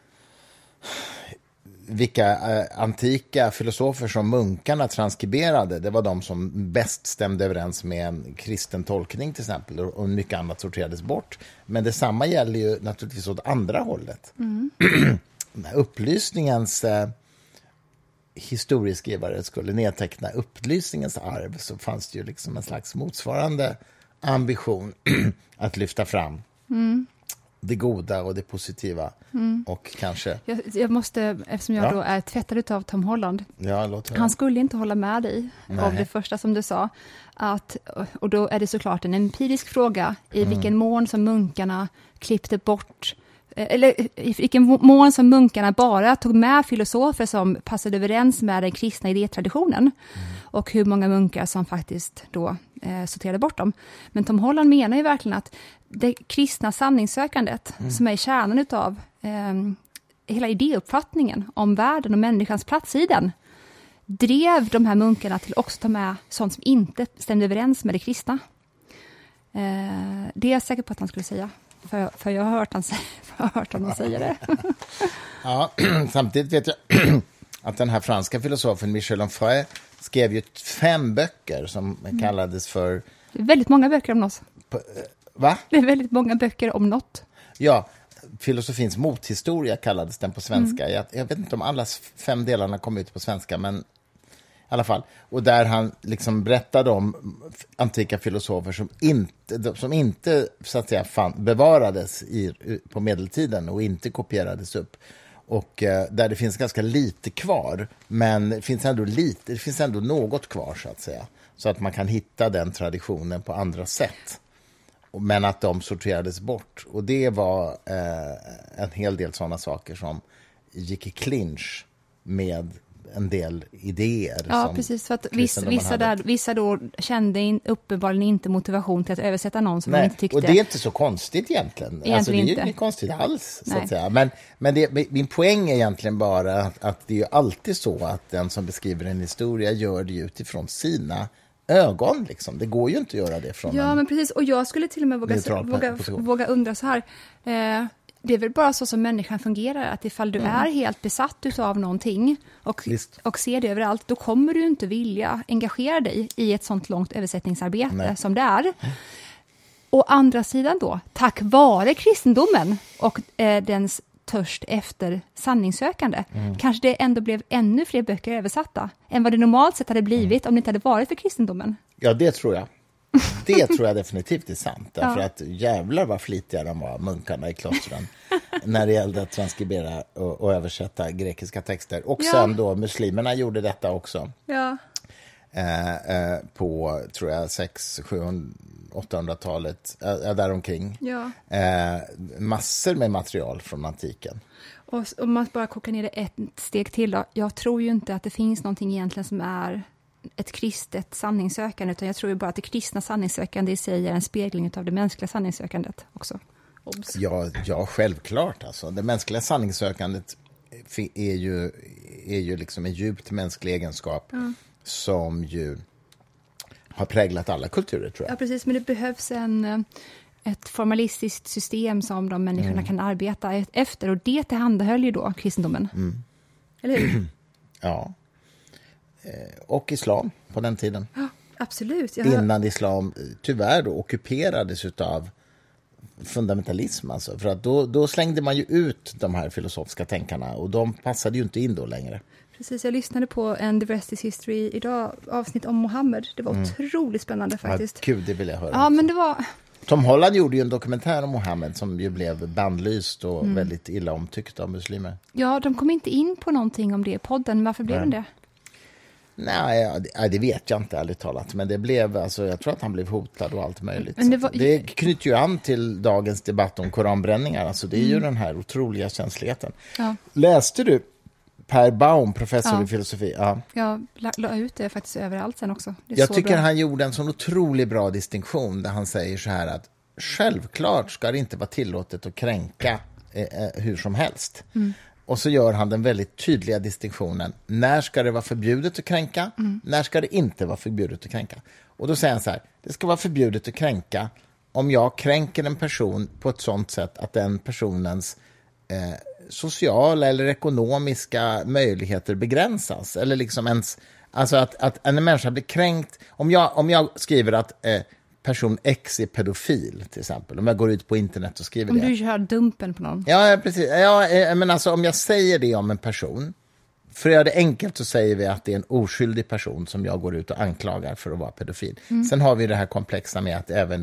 vilka antika filosofer som munkarna transkriberade. Det var de som bäst stämde överens med en kristen tolkning till exempel, och mycket annat sorterades bort. Men detsamma gäller ju naturligtvis åt andra hållet. Upplysningens historieskrivare skulle nedteckna upplysningens arv, så fanns det ju liksom en slags motsvarande ambition att lyfta fram det goda och det positiva. Och kanske... Jag måste, eftersom jag då är tvättad av Tom Holland, han skulle inte hålla med dig av det första som du sa. Och då är det såklart en empirisk fråga i vilken mån som munkarna klippte bort, eller i vilken mån som munkarna bara tog med filosofer som passade överens med den kristna idétraditionen. Och hur många munkar som faktiskt då sorterade bort dem. Men Tom Holland menar ju verkligen att det kristna sanningssökandet som är kärnan utav hela idéuppfattningen om världen och människans plats i den, drev de här munkarna till också ta med sånt som inte stämde överens med det kristna. Det är jag säker på att han skulle säga. För jag har hört honom säga det. Ja, samtidigt vet jag att den här franska filosofen Michel Onfray skrev ju 5 böcker som kallades för... Det är väldigt många böcker om något. Va? Det är väldigt många böcker om något. Ja, filosofins mothistoria kallades den på svenska. Jag vet inte om alla 5 delarna kom ut på svenska, men i alla fall. Och där han liksom berättade om antika filosofer som inte så att säga bevarades på medeltiden och inte kopierades upp. Och där det finns ganska lite kvar, men det finns ändå något kvar, så att säga. Så att man kan hitta den traditionen på andra sätt. Men att de sorterades bort. Och det var en hel del sådana saker som gick i clinch med en del idéer. Ja, som precis. För att vissa då kände uppenbarligen inte motivation till att översätta någon som de inte tyckte. Och det är inte så konstigt egentligen. Alltså, det är ju inte konstigt alls, så att säga. Men min poäng är egentligen bara att det är ju alltid så att den som beskriver en historia gör det utifrån sina ögon. Liksom. Det går ju inte att göra det från men precis. Och jag skulle till och med våga undra så här. Det är väl bara så som människan fungerar, att ifall du är helt besatt av någonting och ser det överallt, då kommer du inte vilja engagera dig i ett sånt långt översättningsarbete som det är. å andra sidan då, tack vare kristendomen och dens törst efter sanningssökande, kanske det ändå blev ännu fler böcker översatta än vad det normalt sett hade blivit om det inte hade varit för kristendomen. Ja, det tror jag. Det tror jag definitivt är sant. Därför att jävlar vad flitiga de var, munkarna i klostren, när det gällde att transkribera och översätta grekiska texter. Och sen då, muslimerna gjorde detta också. Ja. På, tror jag, 600-800-talet, däromkring. Ja. Massor med material från antiken. Och om man bara kokar ner det ett steg till då. Jag tror ju inte att det finns någonting egentligen som är ett kristet sanningssökande, utan jag tror ju bara att det kristna sanningssökande i sig är en spegling av det mänskliga sanningssökandet också. Obs. Ja, självklart. Alltså. Det mänskliga sanningssökandet är ju liksom en djupt mänsklig egenskap som ju har präglat alla kulturer, tror jag. Ja, precis. Men det behövs ett formalistiskt system som de människorna kan arbeta efter. Och det tillhandahöll ju då kristendomen. Eller hur? Ja. Och islam på den tiden. Ja, absolut. Innan islam tyvärr då ockuperades av fundamentalism. Alltså. För att då slängde man ju ut de här filosofiska tänkarna och de passade ju inte in då längre. Precis, jag lyssnade på en The Rest is History idag, avsnitt om Mohammed. Det var otroligt spännande faktiskt. Ja, gud, det vill jag höra. Ja, också. Men det var... Tom Holland gjorde ju en dokumentär om Mohammed som ju blev bandlyst och väldigt illa omtyckt av muslimer. Ja, de kom inte in på någonting om det i podden. Varför blev de det? Nej, det vet jag inte ärligt talat. Men det blev, alltså, jag tror att han blev hotad och allt möjligt. Men det knyter ju an till dagens debatt om koranbränningar. Alltså, det är ju den här otroliga känsligheten. Ja. Läste du Per Baum, professor i filosofi? Ja. Jag la ut det faktiskt överallt sen också. Jag tycker han gjorde en sån otroligt bra distinktion där han säger så här att självklart ska det inte vara tillåtet att kränka hur som helst. Och så gör han den väldigt tydliga distinktionen. När ska det vara förbjudet att kränka? När ska det inte vara förbjudet att kränka? Och då säger han så här, det ska vara förbjudet att kränka om jag kränker en person på ett sånt sätt att den personens sociala eller ekonomiska möjligheter begränsas. Eller liksom ens, alltså att en människa blir kränkt. Om jag skriver att person X är pedofil till exempel, om jag går ut på internet och skriver det. Om du kör dumpen på någon. Ja, precis. Ja, men alltså om jag säger det om en person, för att göra det enkelt så säger vi att det är en oskyldig person som jag går ut och anklagar för att vara pedofil. Sen har vi det här komplexa med att även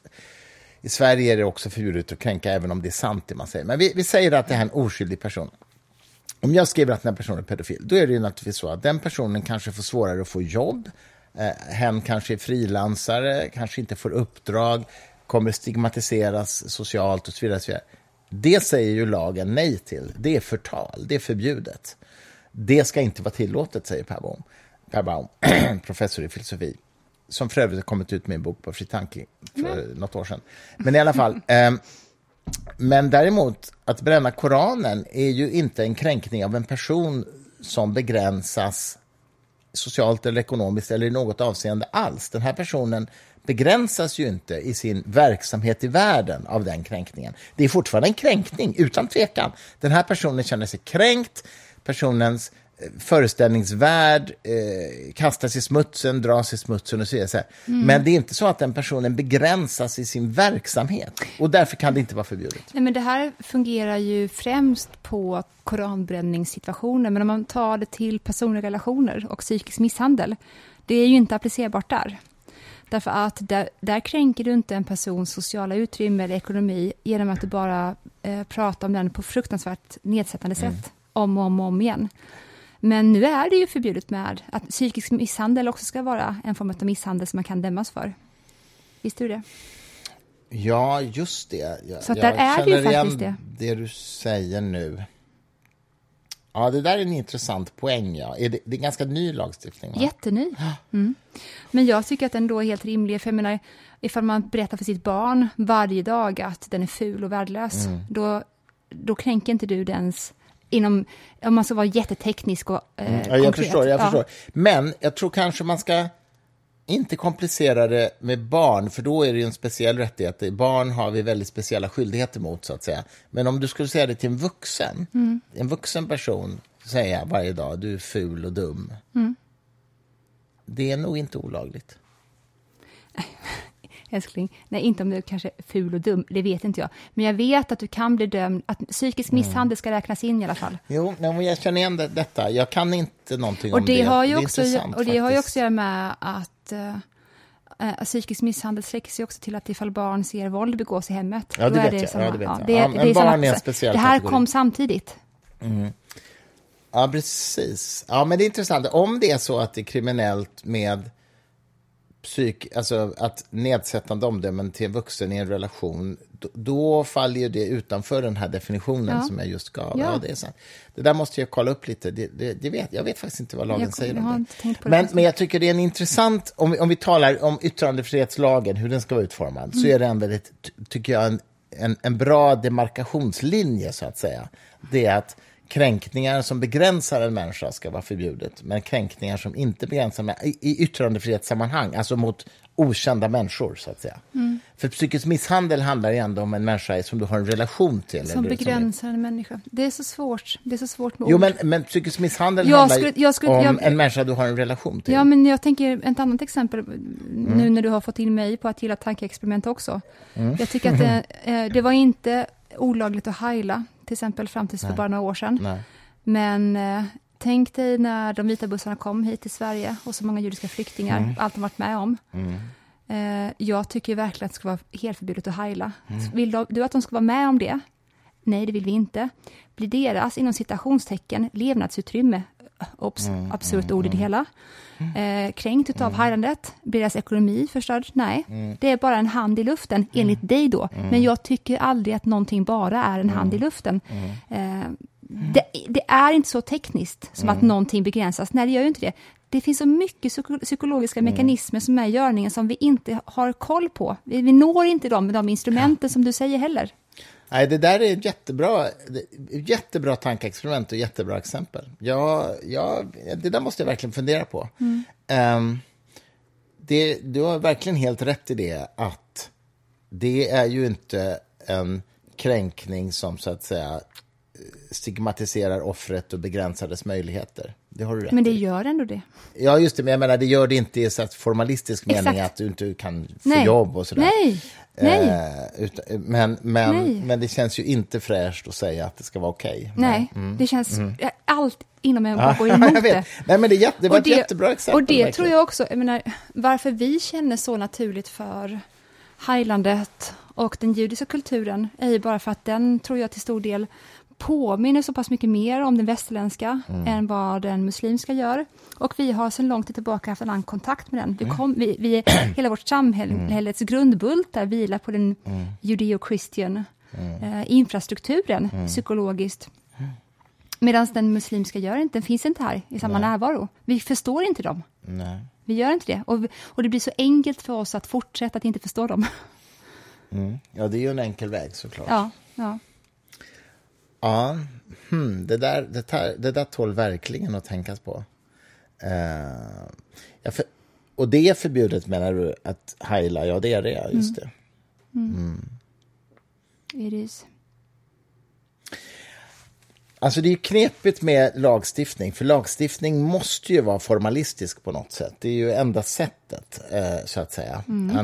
i Sverige är det också förbjudet att kränka även om det är sant det man säger. Men vi säger att det är en oskyldig person. Om jag skriver att den här personen är pedofil, då är det ju naturligtvis så att den personen kanske får svårare att få jobb. Hen kanske är frilansare, kanske inte får uppdrag, kommer stigmatiseras socialt och så vidare. Det säger ju lagen nej till. Det är förtal, det är förbjudet. Det ska inte vara tillåtet, säger Per Baum, professor i filosofi. Som för övrigt har kommit ut med en bok på Fri Tanke för något år sedan. Men i alla fall, men däremot att bränna Koranen är ju inte en kränkning av en person som begränsas socialt eller ekonomiskt eller i något avseende alls. Den här personen begränsas ju inte i sin verksamhet i världen av den kränkningen. Det är fortfarande en kränkning, utan tvekan. Den här personen känner sig kränkt, personens föreställningsvärld kastas i smutsen, dras i smutsen och så vidare. Men det är inte så att den personen begränsas i sin verksamhet och därför kan det inte vara förbjudet. Nej, men det här fungerar ju främst på koranbränningssituationer, men om man tar det till personliga relationer och psykisk misshandel, det är ju inte applicerbart där. Därför att där kränker du inte en persons sociala utrymme eller ekonomi genom att du bara pratar om den på fruktansvärt nedsättande sätt om och om igen. Men nu är det ju förbjudet med att psykisk misshandel också ska vara en form av misshandel som man kan dömas för. Visste du det? Ja, just det. Så att där är det ju faktiskt det du säger nu. Ja, det där är en intressant poäng. Ja. Det är en ganska ny lagstiftning, va? Jätteny. Men jag tycker att den då är helt rimlig. För jag menar, ifall man berättar för sitt barn varje dag att den är ful och värdelös, då kränker inte du dens om man ska vara jätteteknisk och konkret. Jag förstår. Men jag tror kanske man ska inte komplicera det med barn, för då är det ju en speciell rättighet. Barn har vi väldigt speciella skyldigheter mot, så att säga. Men om du skulle säga det till en vuxen person, säga varje dag, du är ful och dum. Det är nog inte olagligt. älskling. Nej, inte om du kanske är ful och dum, det vet inte jag. Men jag vet att du kan bli dömd, att psykisk misshandel ska räknas in i alla fall. Jo, men jag känner igen detta. Jag kan inte någonting om det. Har ju också, och det har ju också att göra med att psykisk misshandel sträcker sig också till att ifall barn ser våld begås i hemmet. Ja, det vet jag. Det här kom samtidigt. Mm. Ja, precis. Ja, men det är intressant. Om det är så att det är kriminellt med alltså att nedsättande omdömen till en vuxen i en relation, då faller ju det utanför den här definitionen som jag just gav. Ja, det är sant. Det där måste jag kolla upp lite. Jag vet faktiskt inte vad lagen säger om det. Men jag tycker det är en intressant, om vi talar om yttrandefrihetslagen, hur den ska vara utformad, så är det en väldigt, tycker jag, en bra demarkationslinje, så att säga. Det är att kränkningar som begränsar en människa ska vara förbjudet, men kränkningar som inte begränsar i yttrandefrihetssammanhang, alltså mot okända människor, så att säga. För psykisk misshandel handlar ju ändå om en människa som du har en relation till. Som begränsar en människa. Det är så svårt med ord. Jo, men psykisk misshandel handlar om en människa du har en relation till. Ja, men jag tänker ett annat exempel nu när du har fått in mig på att gilla tankeexperiment också. Jag tycker att det var inte olagligt att heila, till exempel fram till för bara några år sedan. Nej. Men tänk dig när de vita bussarna kom hit till Sverige och så många judiska flyktingar, allt de varit med om. Jag tycker verkligen att det ska vara helt förbjudet att heila. Vill du att de ska vara med om det? Nej, det vill vi inte. Blir deras, inom citationstecken, levnadsutrymme, absurt ord i det hela, kränkt utav heilandet? Blir deras ekonomi förstörd? Nej. Det är bara en hand i luften, enligt dig då. Men jag tycker aldrig att någonting bara är en hand i luften. Det är inte så tekniskt som att någonting begränsas. Nej, det gör ju inte det. Det finns så mycket psykologiska mekanismer som är i görningen som vi inte har koll på. Vi når inte dem med de instrumenten som du säger heller. Nej, det där är jättebra tankeexperiment och jättebra exempel. Det där måste jag verkligen fundera på. Du har verkligen helt rätt i det, att det är ju inte en kränkning som, så att säga, stigmatiserar offret och begränsar dess möjligheter. Det har du rätt. Men det gör ändå det. Ja, just det. Men jag menar, det gör det inte i så att formalistisk mening att du inte kan få jobb och sådär. Men det känns ju inte fräscht att säga att det ska vara okej. Nej, det känns allt inom en går emot det. Nej, men det var ett jättebra exempel. Och det verkligen. Tror jag också, jag menar, varför vi känner så naturligt för heilandet och den judiska kulturen är ju bara för att den, tror jag, till stor del påminner så pass mycket mer om den västerländska än vad den muslimska gör. Och vi har sedan långt tillbaka haft en annan kontakt med den. Hela vårt samhällets grundbultar vilar på den judeo-christian infrastrukturen psykologiskt. Medan den muslimska gör inte, den finns inte här i samma närvaro. Vi förstår inte dem. Nej. Vi gör inte det. Och det blir så enkelt för oss att fortsätta att inte förstå dem. Ja, det är ju en enkel väg såklart. Ja. Ja, det där tål verkligen att tänkas på. Och det är förbjudet, menar du, att heila? Ja, det är det, just det. It is. Alltså det är ju knepigt med lagstiftning, för lagstiftning måste ju vara formalistisk på något sätt. Det är ju enda sättet, så att säga.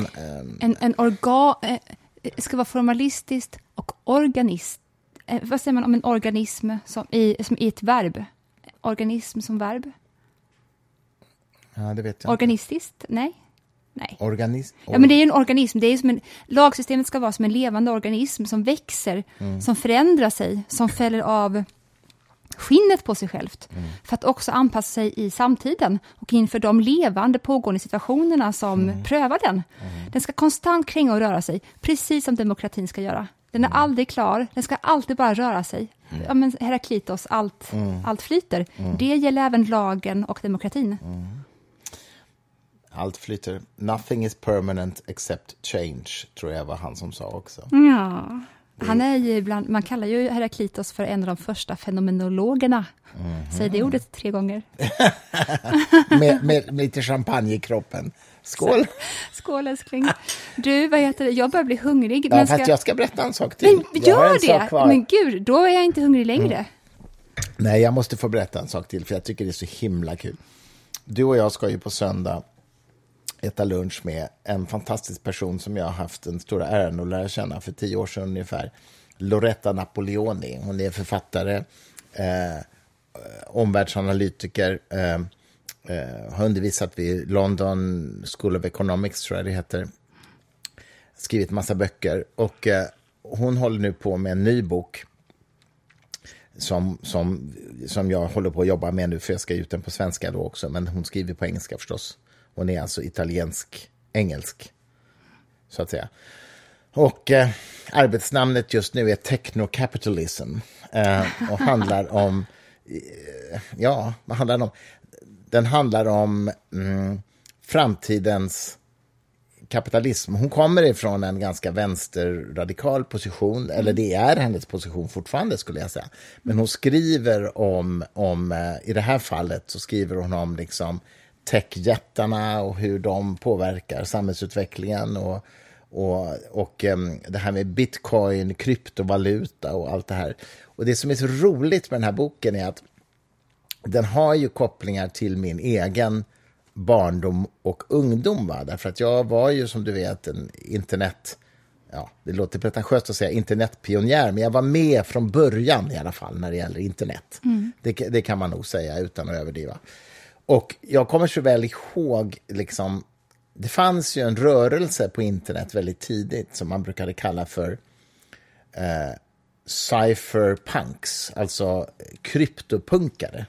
Ska vara formalistiskt och organiskt. Vad säger man om en organism som i ett verb? Organism som verb? Ja, det vet jag. Organistiskt? Nej. Ja, men det är ju en organism. Det är som lagsystemet ska vara som en levande organism som växer, som förändrar sig, som fäller av skinnet på sig självt för att också anpassa sig i samtiden och inför de levande pågående situationerna som prövar den. Den ska konstant kränga och röra sig, precis som demokratin ska göra. Den är aldrig klar, den ska alltid bara röra sig. Ja, men Heraklitos, allt flyter. Det gäller även lagen och demokratin. Allt flyter. Nothing is permanent except change, tror jag var han som sa också. Ja. Han är ju ibland, man kallar ju Heraklitos för en av de första fenomenologerna. Säg det ordet 3 gånger. med lite champagne i kroppen. Skål! Skål, älskling. Du, vad heter det? Jag börjar bli hungrig. Ja, fast jag ska berätta en sak till. Men gör det! Men gud, då är jag inte hungrig längre. Nej, jag måste få berätta en sak till, för jag tycker det är så himla kul. Du och jag ska ju på söndag äta lunch med en fantastisk person som jag har haft den stora äran att lära känna för 10 år sedan ungefär. Loretta Napoleoni. Hon är författare, omvärldsanalytiker, har undervisat vid London School of Economics, tror jag det heter. Skrivit massa böcker. Och hon håller nu på med en ny bok som jag håller på att jobba med nu, för jag ska ut den på svenska då också, men hon skriver på engelska förstås. Hon är alltså italiensk-engelsk, så att säga. Och arbetsnamnet just nu är Technocapitalism och handlar om vad handlar den om? Den handlar om framtidens kapitalism. Hon kommer ifrån en ganska vänsterradikal position, eller det är hennes position fortfarande, skulle jag säga. Men hon skriver om i det här fallet så skriver hon om liksom techjättarna och hur de påverkar samhällsutvecklingen och det här med bitcoin, kryptovaluta och allt det här. Och det som är så roligt med den här boken är att den har ju kopplingar till min egen barndom och ungdom. Därför att jag var ju, som du vet, en det låter pretentiöst att säga internetpionjär, men jag var med från början i alla fall när det gäller internet. Det kan man nog säga utan att överdriva. Och jag kommer så väl ihåg, liksom, det fanns ju en rörelse på internet väldigt tidigt som man brukade kalla för cypherpunks, alltså kryptopunkare.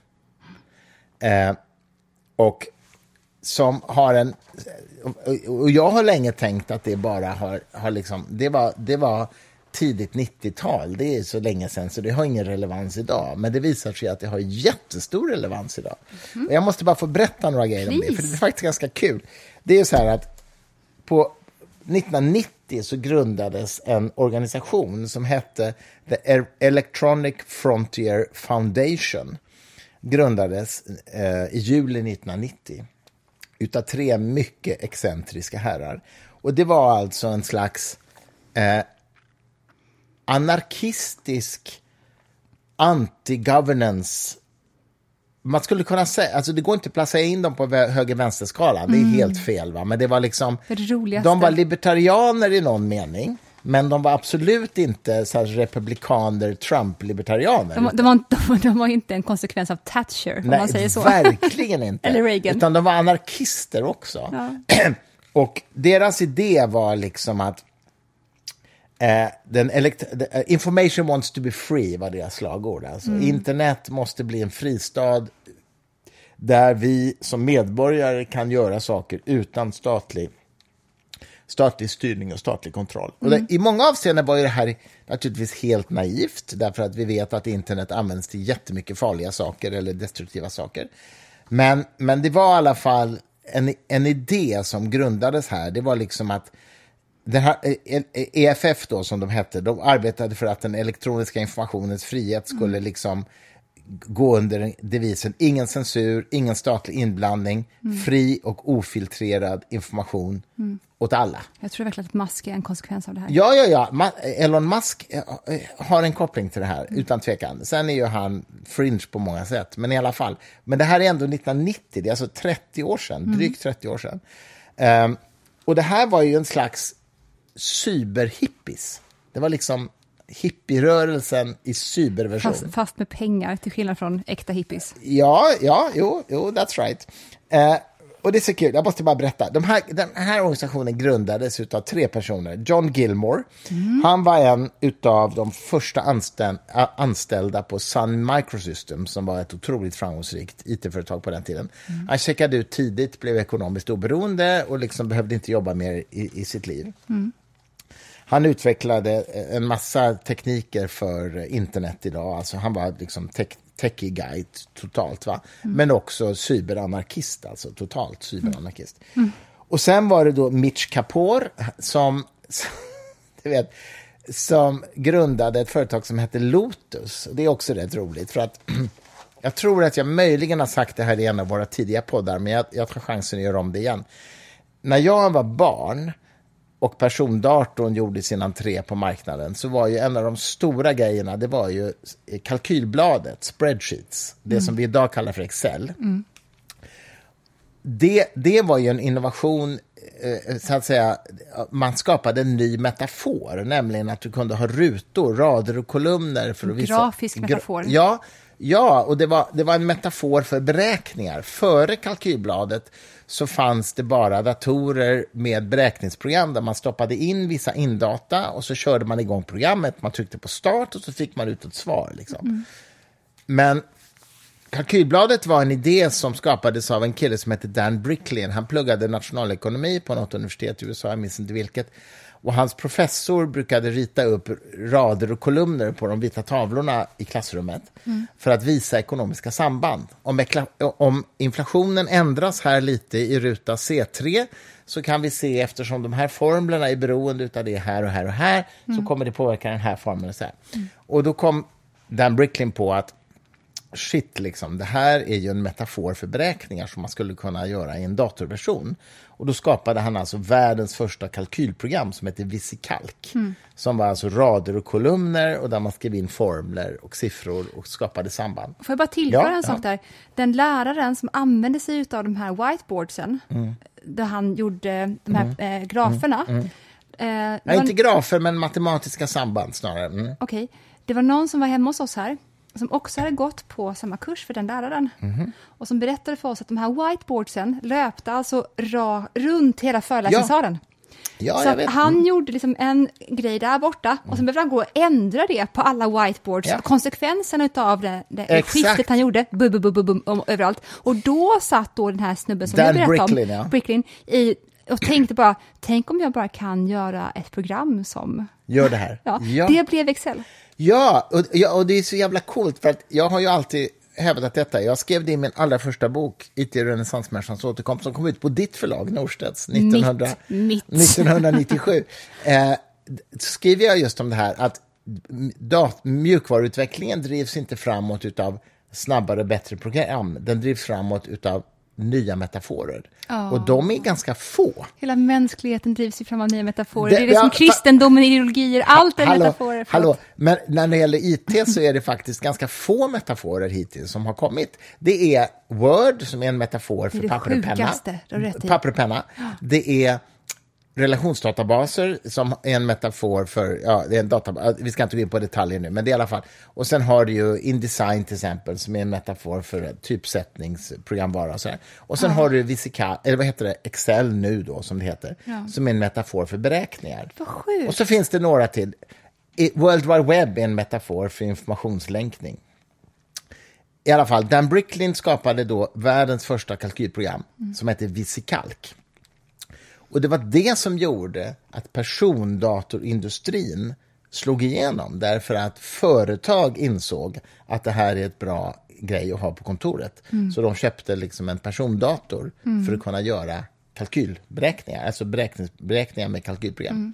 Och som har och jag har länge tänkt att det bara har liksom, det var tidigt 90-tal, det är så länge sedan så det har ingen relevans idag, men det visar sig att det har jättestor relevans idag. Och jag måste bara få berätta några grejer om det, för det är faktiskt ganska kul. Det är så här att på 1990 så grundades en organisation som hette The Electronic Frontier Foundation. Grundades i juli 1990 utav 3 mycket excentriska herrar. Och det var alltså en slags anarkistisk anti-governance. Man skulle kunna säga, alltså det går inte att placera in dem på höger-vänsterskalan, det är helt fel, va? Men det var liksom, de var libertarianer i någon mening, men de var absolut inte så här republikaner, Trump-libertarianer. De var inte en konsekvens av Thatcher, om man säger så. Verkligen inte. Eller Reagan. Utan de var anarkister också. Ja. Och deras idé var liksom att information wants to be free var deras slagord. Alltså, internet måste bli en fristad där vi som medborgare kan göra saker utan statlig styrning och statlig kontroll. Och i många avseenden var ju det här naturligtvis helt naivt, därför att vi vet att internet används till jättemycket farliga saker eller destruktiva saker. Men det var i alla fall en idé som grundades här. Det var liksom att den här EFF då, som de hette, de arbetade för att den elektroniska informationens frihet skulle liksom gå under devisen ingen censur, ingen statlig inblandning, fri och ofiltrerad information åt alla. Jag tror verkligen att Musk är en konsekvens av det här. Ja. Elon Musk har en koppling till det här, utan tvekan. Sen är ju han fringe på många sätt, men i alla fall. Men det här är ändå 1990, det är alltså 30 år sedan, drygt 30 år sedan. Och det här var ju en slags cyberhippies. Det var liksom hippierörelsen i cyberversion. Fast med pengar, till skillnad från äkta hippies. Jo, that's right. Och det är så kul, jag måste bara berätta. Den här organisationen grundades av 3 personer. John Gilmore, han var en utav de första anställda på Sun Microsystems, som var ett otroligt framgångsrikt IT-företag på den tiden. Han checkade ut tidigt, blev ekonomiskt oberoende och liksom behövde inte jobba mer i sitt liv. Han utvecklade en massa tekniker för internet idag. Alltså han var liksom techie guy totalt, va? Men också cyberanarkist, alltså totalt cyberanarkist. Och sen var det då Mitch Kapor som grundade ett företag som heter Lotus. Det är också rätt roligt, för att jag tror att jag möjligen har sagt det här i en av våra tidiga poddar, men jag tar chansen att göra om det igen. När jag var barn och persondatorn gjorde sin entré på marknaden, så var ju en av de stora grejerna, det var ju kalkylbladet, spreadsheets, det som vi idag kallar för Excel. Det var ju en innovation så att säga, man skapade en ny metafor, nämligen att du kunde ha rutor, rader och kolumner för att visa... Grafisk metafor. Ja, och det var en metafor för beräkningar. Före kalkylbladet så fanns det bara datorer med beräkningsprogram där man stoppade in vissa indata och så körde man igång programmet, man tryckte på start och så fick man ut ett svar. Liksom. Men kalkylbladet var en idé som skapades av en kille som heter Dan Bricklin. Han pluggade nationalekonomi på något universitet i USA, jag minns inte vilket. Och hans professor brukade rita upp rader och kolumner på de vita tavlorna i klassrummet för att visa ekonomiska samband. Om inflationen ändras här lite i ruta C3 så kan vi se, eftersom de här formlerna är beroende av det här och här och här, så kommer det påverka den här formeln. Och så här. Och då kom Dan Bricklin på att shit, liksom, det här är ju en metafor för beräkningar som man skulle kunna göra i en datorversion. Och då skapade han alltså världens första kalkylprogram som heter VisiCalc. Som var alltså rader och kolumner och där man skrev in formler och siffror och skapade samband. Får jag bara tillföra en sak där? Den läraren som använde sig av de här whiteboardsen, där han gjorde de här graferna. Nej, inte grafer, men matematiska samband snarare. Okej. Det var någon som var hemma hos oss här som också hade gått på samma kurs för den läraren. Och som berättade för oss att de här whiteboardsen löpte alltså runt hela föreläsningssalen. Ja, så att han gjorde liksom en grej där borta och sen behövde han gå och ändra det på alla whiteboards. Ja. Konsekvenserna av det skiftet han gjorde överallt. Och då satt då den här snubben som jag berättade om, Bricklin, och tänkte bara, tänk om jag bara kan göra ett program som gör det här. Ja. Det blev Excel. Ja, och det är så jävla coolt för att jag har ju alltid hävdat detta. Jag skrev det i min allra första bok, IT-renässansmänniskans återkomst, som kom ut på ditt förlag, Norstedts, 1997. Skriver jag just om det här att mjukvaruutvecklingen drivs inte framåt utav snabbare, bättre program. Den drivs framåt utav nya metaforer. Och de är ganska få. Hela mänskligheten drivs ju fram av nya metaforer. Det är det som kristendomen, ideologier, allt är metaforer. Hallå, men när det gäller IT så är det faktiskt ganska få metaforer hittills som har kommit. Det är Word som är en metafor för papper och penna. Det är relationsdatabaser som är en metafor för, det är en databas, vi ska inte gå in på detaljer nu, men det är i alla fall. Och sen har du ju InDesign till exempel som är en metafor för typsättningsprogramvara och sådär. Och sen har du VisiCalc, eller vad heter det, Excel nu då som det heter, som är en metafor för beräkningar. Vad sjukt. Och så finns det några till. World Wide Web är en metafor för informationslänkning. I alla fall, Dan Bricklin skapade då världens första kalkylprogram som heter VisiCalc. Och det var det som gjorde att persondatorindustrin slog igenom. Därför att företag insåg att det här är ett bra grej att ha på kontoret. Så de köpte liksom en persondator för att kunna göra kalkylberäkningar. Alltså beräkningar med kalkylprogram.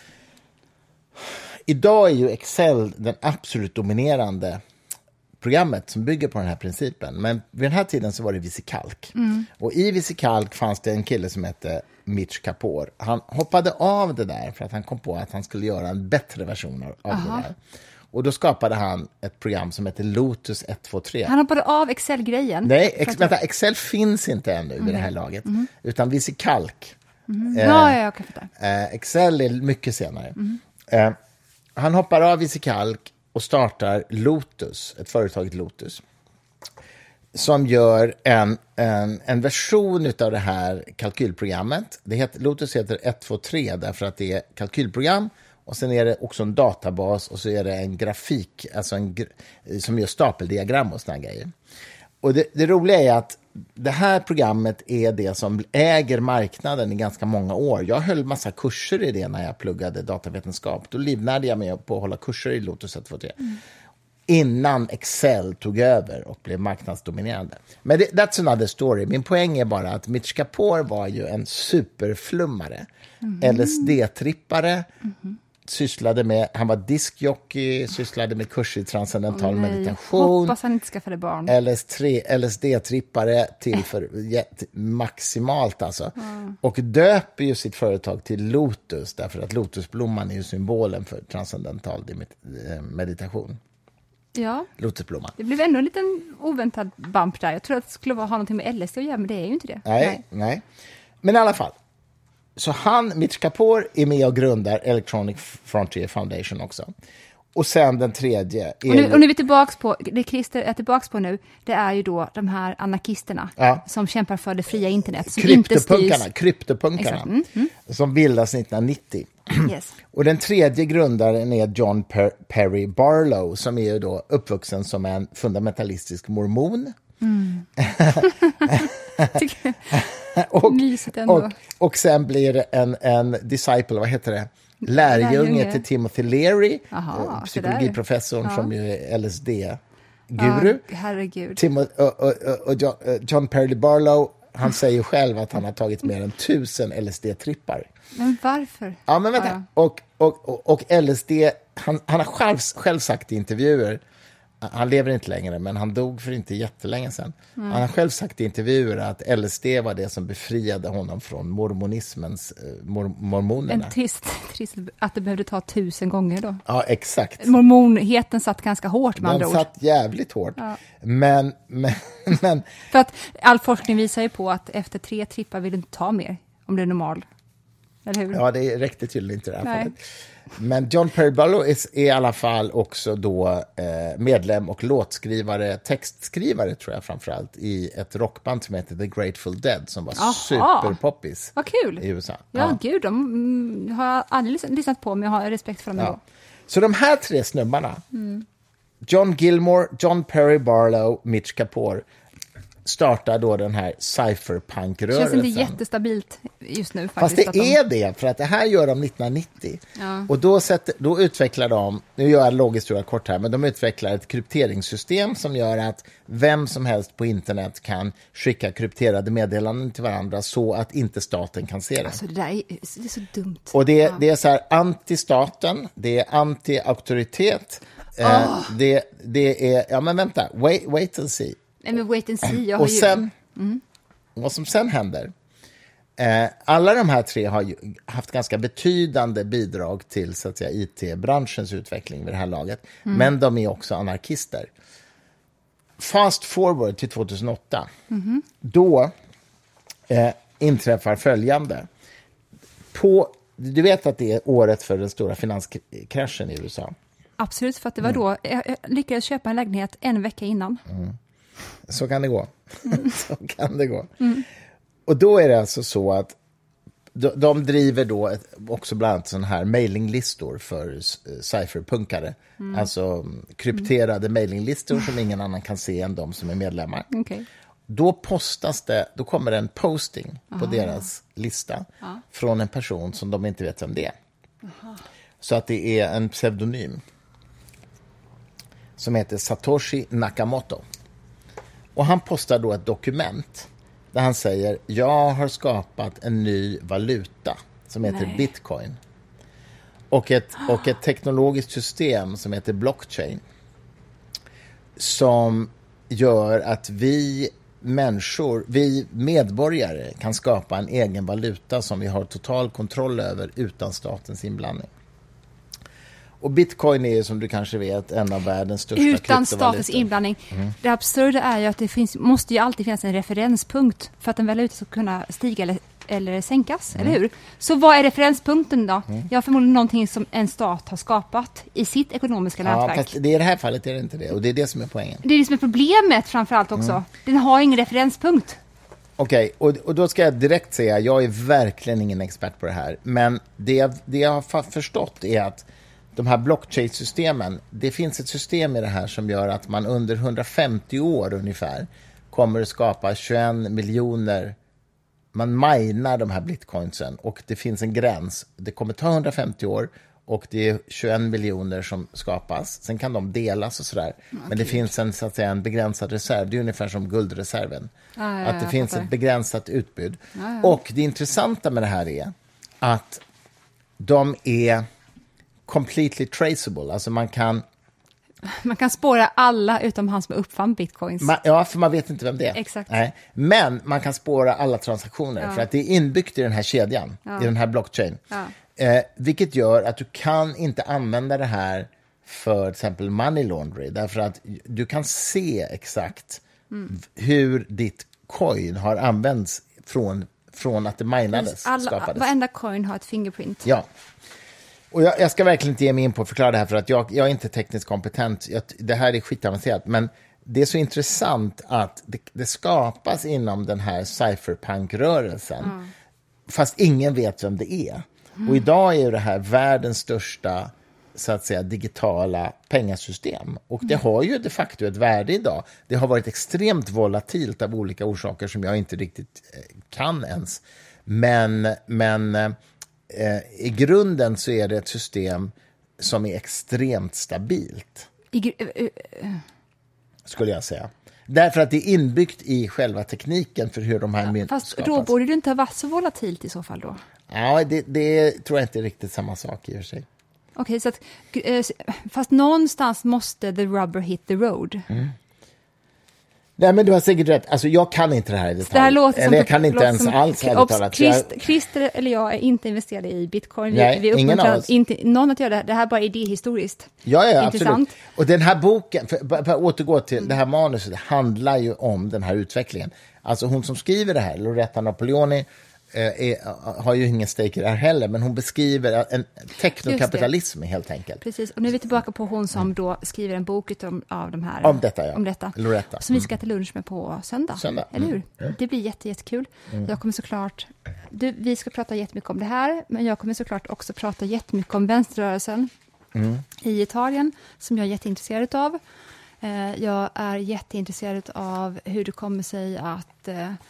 Idag är ju Excel den absolut dominerande programmet som bygger på den här principen. Men vid den här tiden så var det VisiCalc. Och i VisiCalc fanns det en kille som hette Mitch Kapor. Han hoppade av det där för att han kom på att han skulle göra en bättre version av det där. Och då skapade han ett program som heter Lotus 123. Han hoppade av Excel-grejen? Nej, Excel finns inte ännu vid det här laget. Utan VisiCalc. Jag kan fatta. Excel är mycket senare. Han hoppar av VisiCalc och startar Lotus, ett företag Lotus, som gör en version av det här kalkylprogrammet. Lotus heter 123 därför att det är kalkylprogram och sen är det också en databas och så är det en grafik, alltså som gör stapeldiagram och såna grejer. Och det roliga är att det här programmet är det som äger marknaden i ganska många år. Jag höll massa kurser i det när jag pluggade datavetenskap. Då livnärde jag mig på att hålla kurser i Lotus 123. Innan Excel tog över och blev marknadsdominerande. Men that's another story. Min poäng är bara att Mitch Kapor var ju en superflummare. LSD-trippare. Han var diskjockey, sysslade med kurser i transcendental meditation. Hoppas han inte skaffade barn. LSD-trippare till för maximalt alltså. Och döper ju sitt företag till Lotus därför att lotusblomman är ju symbolen för transcendental meditation. Ja. Lotusblomman. Det blev ändå en liten oväntad bump där. Jag tror att det skulle ha någonting med LSD att göra, men det är ju inte det. Nej. Men i alla fall. Så Mitch Kapor är med och grundar Electronic Frontier Foundation också. Och sen den tredje... Och nu är vi tillbaka på, det Christer är tillbaka på nu, det är ju då de här anarkisterna som kämpar för det fria internet. Som kryptopunkarna som bildas 1990. Yes. Och den tredje grundaren är John Perry Barlow, som är ju då uppvuxen som en fundamentalistisk mormon. och sen blir det en disciple, vad heter det? Lärjunge till Timothy Leary, psykologiprofessorn som ju är LSD-guru. Herregud. Och John Perry Barlow, han säger själv att han har tagit mer än 1000 LSD-trippar. Men varför? Ja, men vänta. Och LSD, han har själv sagt i intervjuer, han lever inte längre, men han dog för inte jättelänge sedan. Han har själv sagt i intervjuer att LSD var det som befriade honom från mormonismens mormonerna. En trist att det behövde ta 1000 gånger då. Ja, exakt. Mormonheten satt ganska hårt med andra ord. Den satt jävligt hårt. Ja. Men... För att all forskning visar ju på att efter 3 trippar vill du inte ta mer om det är normal. Eller hur? Ja, det räckte tydligen inte i det här fallet. Men John Perry Barlow är i alla fall också då medlem och låtskrivare, textskrivare tror jag framförallt, i ett rockband som heter The Grateful Dead som var superpoppis. Vad kul! I USA. Ja, gud, de har jag aldrig lyssnat på, men jag har respekt för dem ändå. Så de här 3 snubbarna, John Gilmore, John Perry Barlow, Mitch Kapor, startar då den här cypherpunk-rörelsen. Det känns inte jättestabilt just nu faktiskt. Fast det är det, för att det här gör de 1990. Ja. Och då utvecklar de, nu gör jag låghistoria kort här, men de utvecklar ett krypteringssystem som gör att vem som helst på internet kan skicka krypterade meddelanden till varandra så att inte staten kan se det. Alltså det är så dumt. Och det är så här anti-staten, det är anti-auktoritet, det är, ja men vänta, wait and see. Nej, men wait and see. Och sen, vad som sen händer, alla de här 3 har ju haft ganska betydande bidrag till så att säga IT-branschens utveckling vid det här laget, men de är också anarkister. Fast forward till 2008, då inträffar följande. Du vet att det är året för den stora finanskraschen i USA. Absolut, för att det var då jag lyckades köpa en lägenhet en vecka innan. Så kan det gå. Så kan det gå. Och då är det alltså så att de driver då också bland annat sådana här mailinglistor för cypherpunkare. Alltså krypterade mailinglistor som ingen annan kan se än de som är medlemmar. Okay. Då då kommer det en posting på deras lista från en person som de inte vet vem det är. Så att det är en pseudonym som heter Satoshi Nakamoto. Och han postar då ett dokument där han säger: jag har skapat en ny valuta som heter Bitcoin. Och ett teknologiskt system som heter blockchain som gör att vi medborgare kan skapa en egen valuta som vi har total kontroll över utan statens inblandning. Och Bitcoin är, som du kanske vet, en av världens största utan statens inblandning. Det absurda är ju att det måste ju alltid finnas en referenspunkt för att en valuta ska kunna stiga eller sänkas, eller hur? Så vad är referenspunkten då? Ja, förmodligen någonting som en stat har skapat i sitt ekonomiska nätverk. Ja, fast i det här fallet är det inte det, och det är det som är poängen. Det är det som är problemet framförallt också. Den har ingen referenspunkt. Okej, och då ska jag direkt säga, jag är verkligen ingen expert på det här, men det jag har förstått är att de här blockchain-systemen, det finns ett system i det här som gör att man under 150 år ungefär kommer att skapa 21 miljoner. Man minar de här bitcoinsen och det finns en gräns. Det kommer ta 150 år och det är 21 miljoner som skapas. Sen kan de delas och sådär. Men det finns så att säga, en begränsad reserv. Det är ungefär som guldreserven. Att det finns ett begränsat utbud. Och det intressanta med det här är att de är completely traceable. Alltså man kan spåra alla utom han som uppfann bitcoins. Ja, för man vet inte vem det är. Exakt. Nej. Men man kan spåra alla transaktioner för att det är inbyggt i den här kedjan, i den här blockchain. Vilket gör att du kan inte använda det här för till exempel money laundry, därför att du kan se exakt hur ditt coin har använts från från att det minades skapades. Varenda coin har ett fingerprint. Ja. Och jag ska verkligen inte ge mig in på att förklara det här, för att jag är inte tekniskt kompetent. Det här är skitavancerat, men det är så intressant att det skapas inom den här cypherpunk-rörelsen, fast ingen vet vem det är. Och idag är ju det här världens största, så att säga, digitala pengasystem. Och det har ju de facto ett värde idag. Det har varit extremt volatilt av olika orsaker som jag inte riktigt kan ens. Men i grunden så är det ett system som är extremt stabilt. Skulle jag säga. Därför att det är inbyggt i själva tekniken för hur de här fast skapas. Då borde det inte ha varit så volatilt i så fall då? Ja, det tror jag inte är riktigt samma sak i och för sig. Okej, så att, fast någonstans måste the rubber hit the road. Nej, men du har säkert rätt. Alltså, jag kan inte det här i detalj. Det här låter eller jag kan inte ens alls här talat. Christer eller jag är inte investerade i bitcoin. Nej, vi ingen av oss. Inte någon att göra det här. Det här är bara idéhistoriskt. Ja, absolut. Och den här boken, för att återgå till det här manuset, handlar ju om den här utvecklingen. Alltså hon som skriver det här, Loretta Napoleoni, har ju ingen stake i det här heller, men hon beskriver en teknokapitalism helt enkelt. Precis, och nu är vi tillbaka på hon som då skriver en bok om detta. Loretta. Som vi ska till lunch med på söndag. Eller hur? Det blir jättekul. Jag kommer såklart, vi ska prata jättemycket om det här, men jag kommer såklart också prata jättemycket om vänsterrörelsen i Italien, som jag är jätteintresserad av. Jag är jätteintresserad av hur det kommer sig att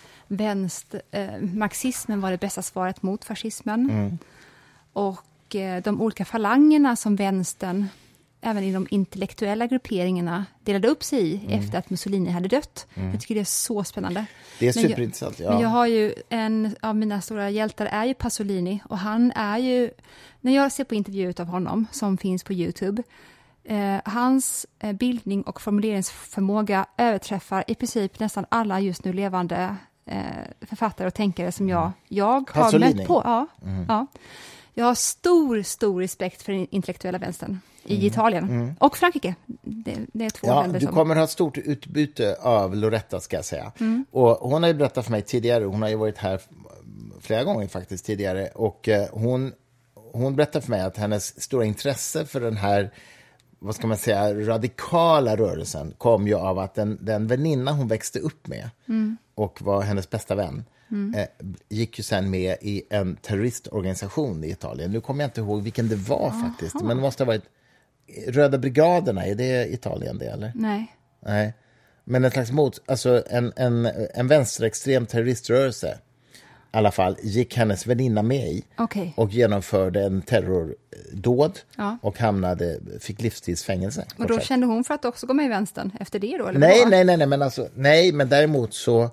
marxismen var det bästa svaret mot fascismen. Och de olika falangerna som vänstern, även i de intellektuella grupperingarna, delade upp sig i efter att Mussolini hade dött. Jag tycker det är så spännande. Det är superintressant, Men jag har ju en av mina stora hjältar är ju Pasolini, och han är ju, när jag ser på intervjuer av honom som finns på YouTube, hans bildning och formuleringsförmåga överträffar i princip nästan alla just nu levande författare och tänkare som jag har mött på. Ja. Jag har stor respekt för den intellektuella vänstern i Italien och Frankrike. Det är två länder som... Du kommer ha ett stort utbyte av Loretta, ska jag säga. Och hon har ju berättat för mig tidigare, hon har ju varit här flera gånger faktiskt tidigare, och hon berättade för mig att hennes stora intresse för den här, vad ska man säga, radikala rörelsen kom ju av att den väninna hon växte upp med och var hennes bästa vän gick ju sen med i en terroristorganisation i Italien. Nu kommer jag inte ihåg vilken det var faktiskt, men det måste ha varit Röda brigaderna. Är det Italien det, eller? Nej. Men en slags alltså en vänsterextrem terroriströrelse i alla fall gick hennes väninna med i och genomförde en terrordåd och fick livstidsfängelse. Och då kände hon för att också gå med i vänstern efter det då? Eller nej, men däremot så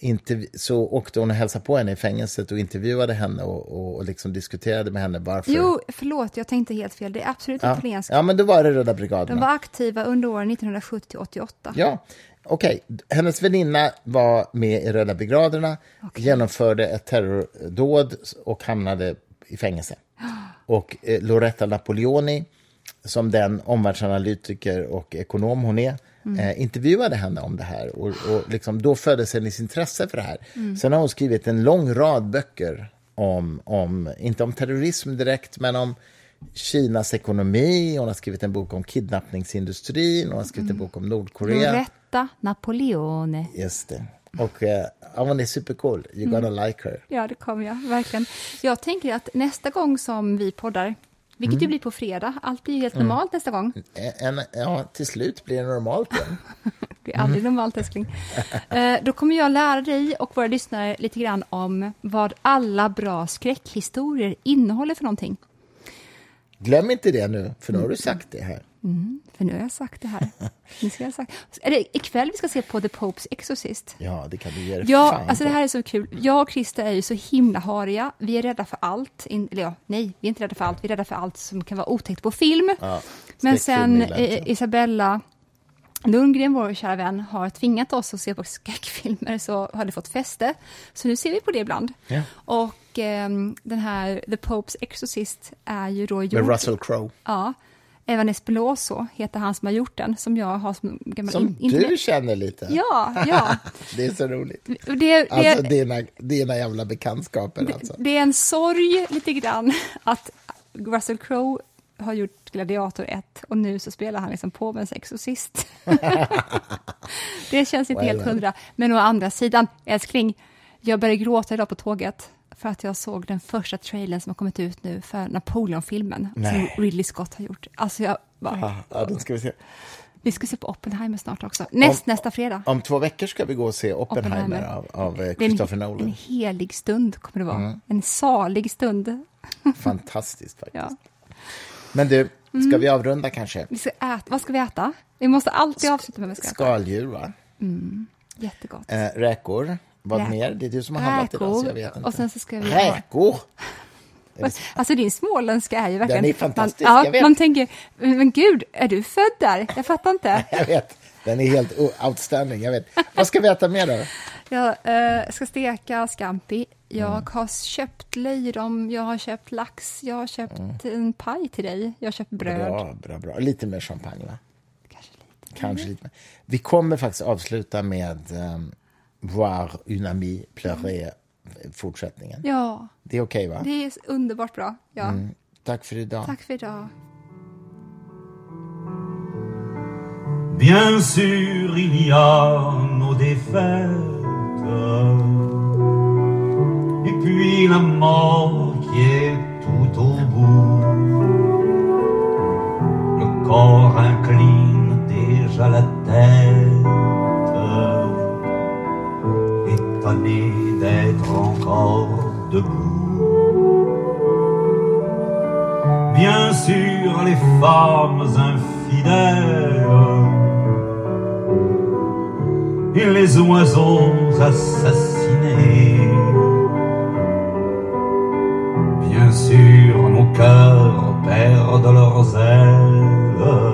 åkte hon och hälsade på henne i fängelset och intervjuade henne och liksom diskuterade med henne varför. Jo, förlåt, jag tänkte helt fel. Det är absolut italienskt. Ja, men då var det Röda brigaderna. De var aktiva under åren 1970-88. Ja, okej. Hennes väninna var med i Röda brigaderna, genomförde ett terrordåd och hamnade i fängelse. Och Loretta Napoleoni, som den omvärldsanalytiker och ekonom hon är, intervjuade henne om det här. Och liksom, då föddes hennes intresse för det här. Sen har hon skrivit en lång rad böcker om inte om terrorism direkt, men om Kinas ekonomi. Hon har skrivit en bok om kidnappningsindustrin. Hon har skrivit en bok om Nordkorea. Loretta Napoleoni. Just det. Och hon är supercool. You're gonna like her. Ja, det kommer jag. Verkligen. Jag tänker att nästa gång som vi poddar, vilket ju blir på fredag, allt blir ju helt normalt nästa gång. Till slut blir det normalt igen. Det är aldrig normalt, älskling. Då kommer jag lära dig och våra lyssnare lite grann om vad alla bra skräckhistorier innehåller för någonting. Glöm inte det nu, för nu har du sagt det här. För nu har jag sagt det här. Är det ikväll vi ska se på The Pope's Exorcist? Ja, det kan du göra. Ja, alltså det här är så kul. Jag och Christer är ju så himla hariga. Vi är rädda för allt. Vi är inte rädda för allt. Vi är rädda för allt som kan vara otäckt på film. Ja, men sen Isabella Lundgren, vår kära vän, har tvingat oss att se på skräckfilmer, så har det fått fäste. Så nu ser vi på det ibland. Ja. Och den här The Pope's Exorcist är ju då gjord... Med Russell Crowe. Ja. Evan Espeloso heter han som har gjort den, som jag har som gammal... Som du känner lite? Ja. Det är så roligt. Alltså dina jävla bekantskaper alltså. Det är en sorg lite grann att Russell Crowe har gjort Gladiator 1 och nu så spelar han liksom påvens exorcist. Det känns inte helt 100. Men å andra sidan, älskling, jag började gråta idag på tåget för att jag såg den första trailern som har kommit ut nu för Napoleon-filmen som Ridley Scott har gjort. Alltså jag bara... Ja, den ska vi se. Vi ska se på Oppenheimer snart också. Nästa fredag. Om 2 veckor ska vi gå och se Oppenheimer av Christopher Nolan. En helig stund kommer det vara. En salig stund. Fantastiskt faktiskt. Ja. Men du, ska vi avrunda kanske? Vi ska äta. Vad ska vi äta? Vi måste alltid avsluta med vad vi ska äta. Skaldjur, va? Jättegott. Räkor. Vad mer? Det är du som har handlat idag, så jag vet inte. Och sen så ska vi räkor! Alltså din småländska är ju verkligen... Den är fantastisk, jag vet. Man tänker, men gud, är du född där? Jag fattar inte. Jag vet, den är helt outstanding, jag vet. Vad ska vi äta mer då? Jag ska steka scampi. Jag har köpt löjrom, jag har köpt lax, jag har köpt en paj till dig, jag har köpt bröd. Bra. Lite mer champagne, va? Kanske lite mer. Vi kommer faktiskt avsluta med Voir une amie pleurer fortsättningen. Ja. Det är okej, va? Det är underbart bra, ja. Tack för idag. Tack för idag. Bien sûr, il y a nos défaites. Et puis la mort qui est tout au bout. Le corps incline déjà la tête, étonné d'être encore debout. Bien sûr, les femmes infidèles et les oiseaux assassinés. Bien sûr, nos cœurs perdent leurs ailes